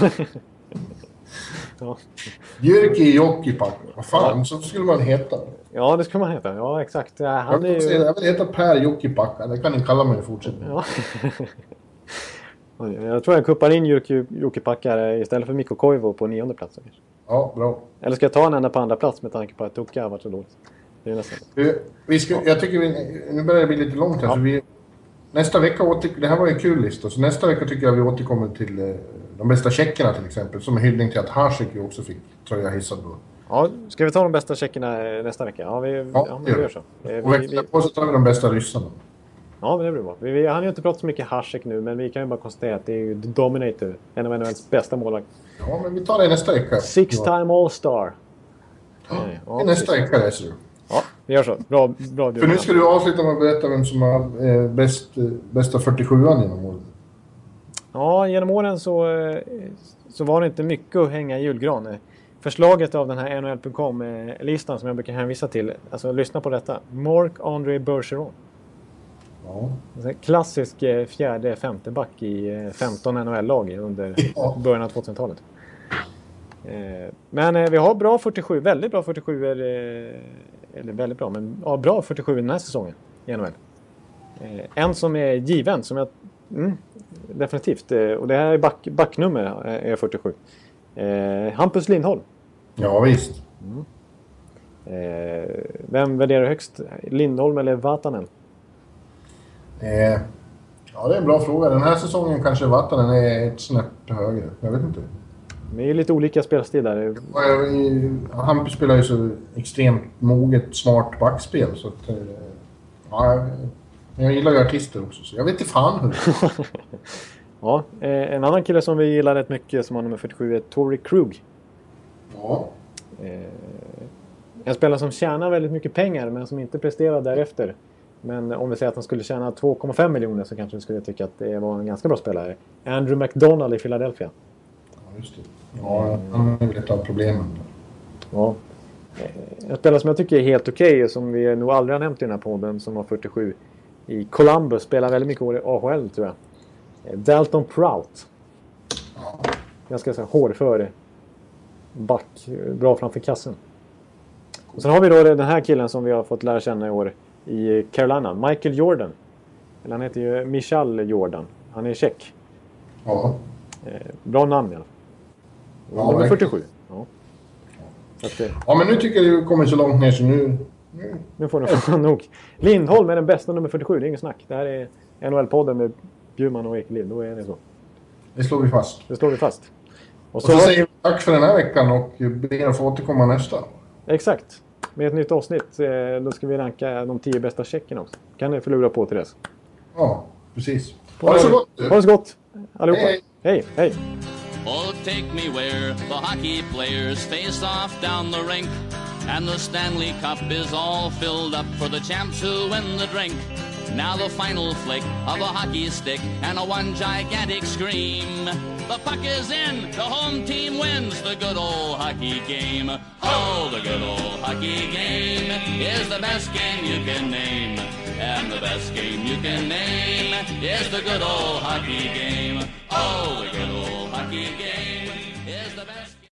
Ja. Jyrki Jokipakka. Vad fan, så skulle man heta. Ja, det skulle man heta. Ja, exakt. Ja, han jag, är ju... jag vill heta Per Jokipakka. Det kan ni kalla mig i fortsättningen. Ja. Jag tror jag kuppar in Jyrki Jokipakka istället för Mikko Koivu på nionde plats. Ja, bra. Eller ska jag ta en enda på andra plats med tanke på att Tukka har varit så dåligt? Det är nästan. Vi ska, jag tycker vi, nu börjar det bli lite långt här. Ja. Så vi, nästa vecka, åter, det här var en kul lista. Så nästa vecka tycker jag vi återkommer till eh, de bästa checkerna till exempel. Som en hyllning till att Hasek ju också fick tröja hissad då. Ja, ska vi ta de bästa checkerna nästa vecka? Ja, vi, ja, ja vi gör så. Vi, och veckan på så tar vi de bästa ryssarna. Ja, men det blir bra. Vi, vi, han har ju inte pratat så mycket Hasek nu, men vi kan ju bara konstatera att det är ju The Dominator. En av N H L:s bästa målvakt. Ja, men vi tar det nästa vecka. Six time all-star. Ja, ja, nästa vecka det ser du. Ja, vi gör så. Bra, bra. För nu ska du avsluta med att berätta vem som har eh, bäst, eh, bästa fyrtiosjuan genom åren. Ja, genom åren så, eh, så var det inte mycket att hänga i julgran. Förslaget av den här N H L punkt com-listan som jag brukar hänvisa till, alltså lyssna på detta. Marc-André Bergeron. Ja. Klassisk fjärde, femte back i femton N H L-lag under ja. början av tvåtusentalet. Men vi har bra fyrtiosju, väldigt bra fyrtiosju, eller väldigt bra, men ja, bra fyrtiosju den här säsongen i N H L. En som är given, som jag, mm, definitivt, och det här är back, backnummer är fyrtiosju. Hampus Lindholm. Ja, visst. Mm. Vem värderar högst, Lindholm eller Vatanen? Eh, ja, det är en bra fråga. Den här säsongen kanske Vatanen är ett snäpp högre. Jag vet inte. Det är lite olika spelstil Han spelar ju så extremt moget, smart backspel. Så att, ja, jag gillar ju artister också. Så jag vet inte fan hur. Ja, en annan kille som vi gillar rätt mycket som har nummer fyrtiosju är Torrey Krug. Ja. En spelare som tjänar väldigt mycket pengar men som inte presterar därefter. Men om vi säger att han skulle tjäna två komma fem miljoner så kanske vi skulle tycka att det var en ganska bra spelare. Andrew McDonald i Philadelphia. Ja, just det. Ja, han är väl ett av problemen. Ja. En spelare som jag tycker är helt okej okay, som vi nog aldrig har nämnt i den här podden, som har fyrtiosju i Columbus, spelar väldigt mycket år i A H L tror jag. Dalton Prout. Ja. Ganska så här hårdför back, bra framför kassen. Och sen har vi då den här killen som vi har fått lära känna i år i Carolina, Michael Jordan. Eller han heter ju Michal Jordan. Han är tjeck. Ja. Eh, bra namn i alla fall. Ja, fyrtiosju. Ja. Ja. Att, ja, men nu tycker jag att du kommer så långt ner så nu... Nu, nu får du fan nog. Lindholm är den bästa nummer fyrtiosju, det är ingen snack. Det här är N H L-podden med Bjurman och Ekeliv, då är det så. Det slår vi fast. Det slår vi fast. Och så, och så säger vi tack för den här veckan och ber att få återkomma nästa. Exakt. Med ett nytt avsnitt, då ska vi ranka de tio bästa checkerna också. Kan ni förlora på till det? Ja, precis. Ha det så gott. Ha det så gott, allihopa. Hej, hej. hej. Oh, take me where the hockey players face off down the rink. And the Stanley Cup is all filled up for the champs who win the drink. Now the final flick of a hockey stick and a one gigantic scream. The puck is in, the home team wins the good old hockey game. Oh, the good old hockey game is the best game you can name. And the best game you can name is the good old hockey game. Oh, the good old hockey game is the best game.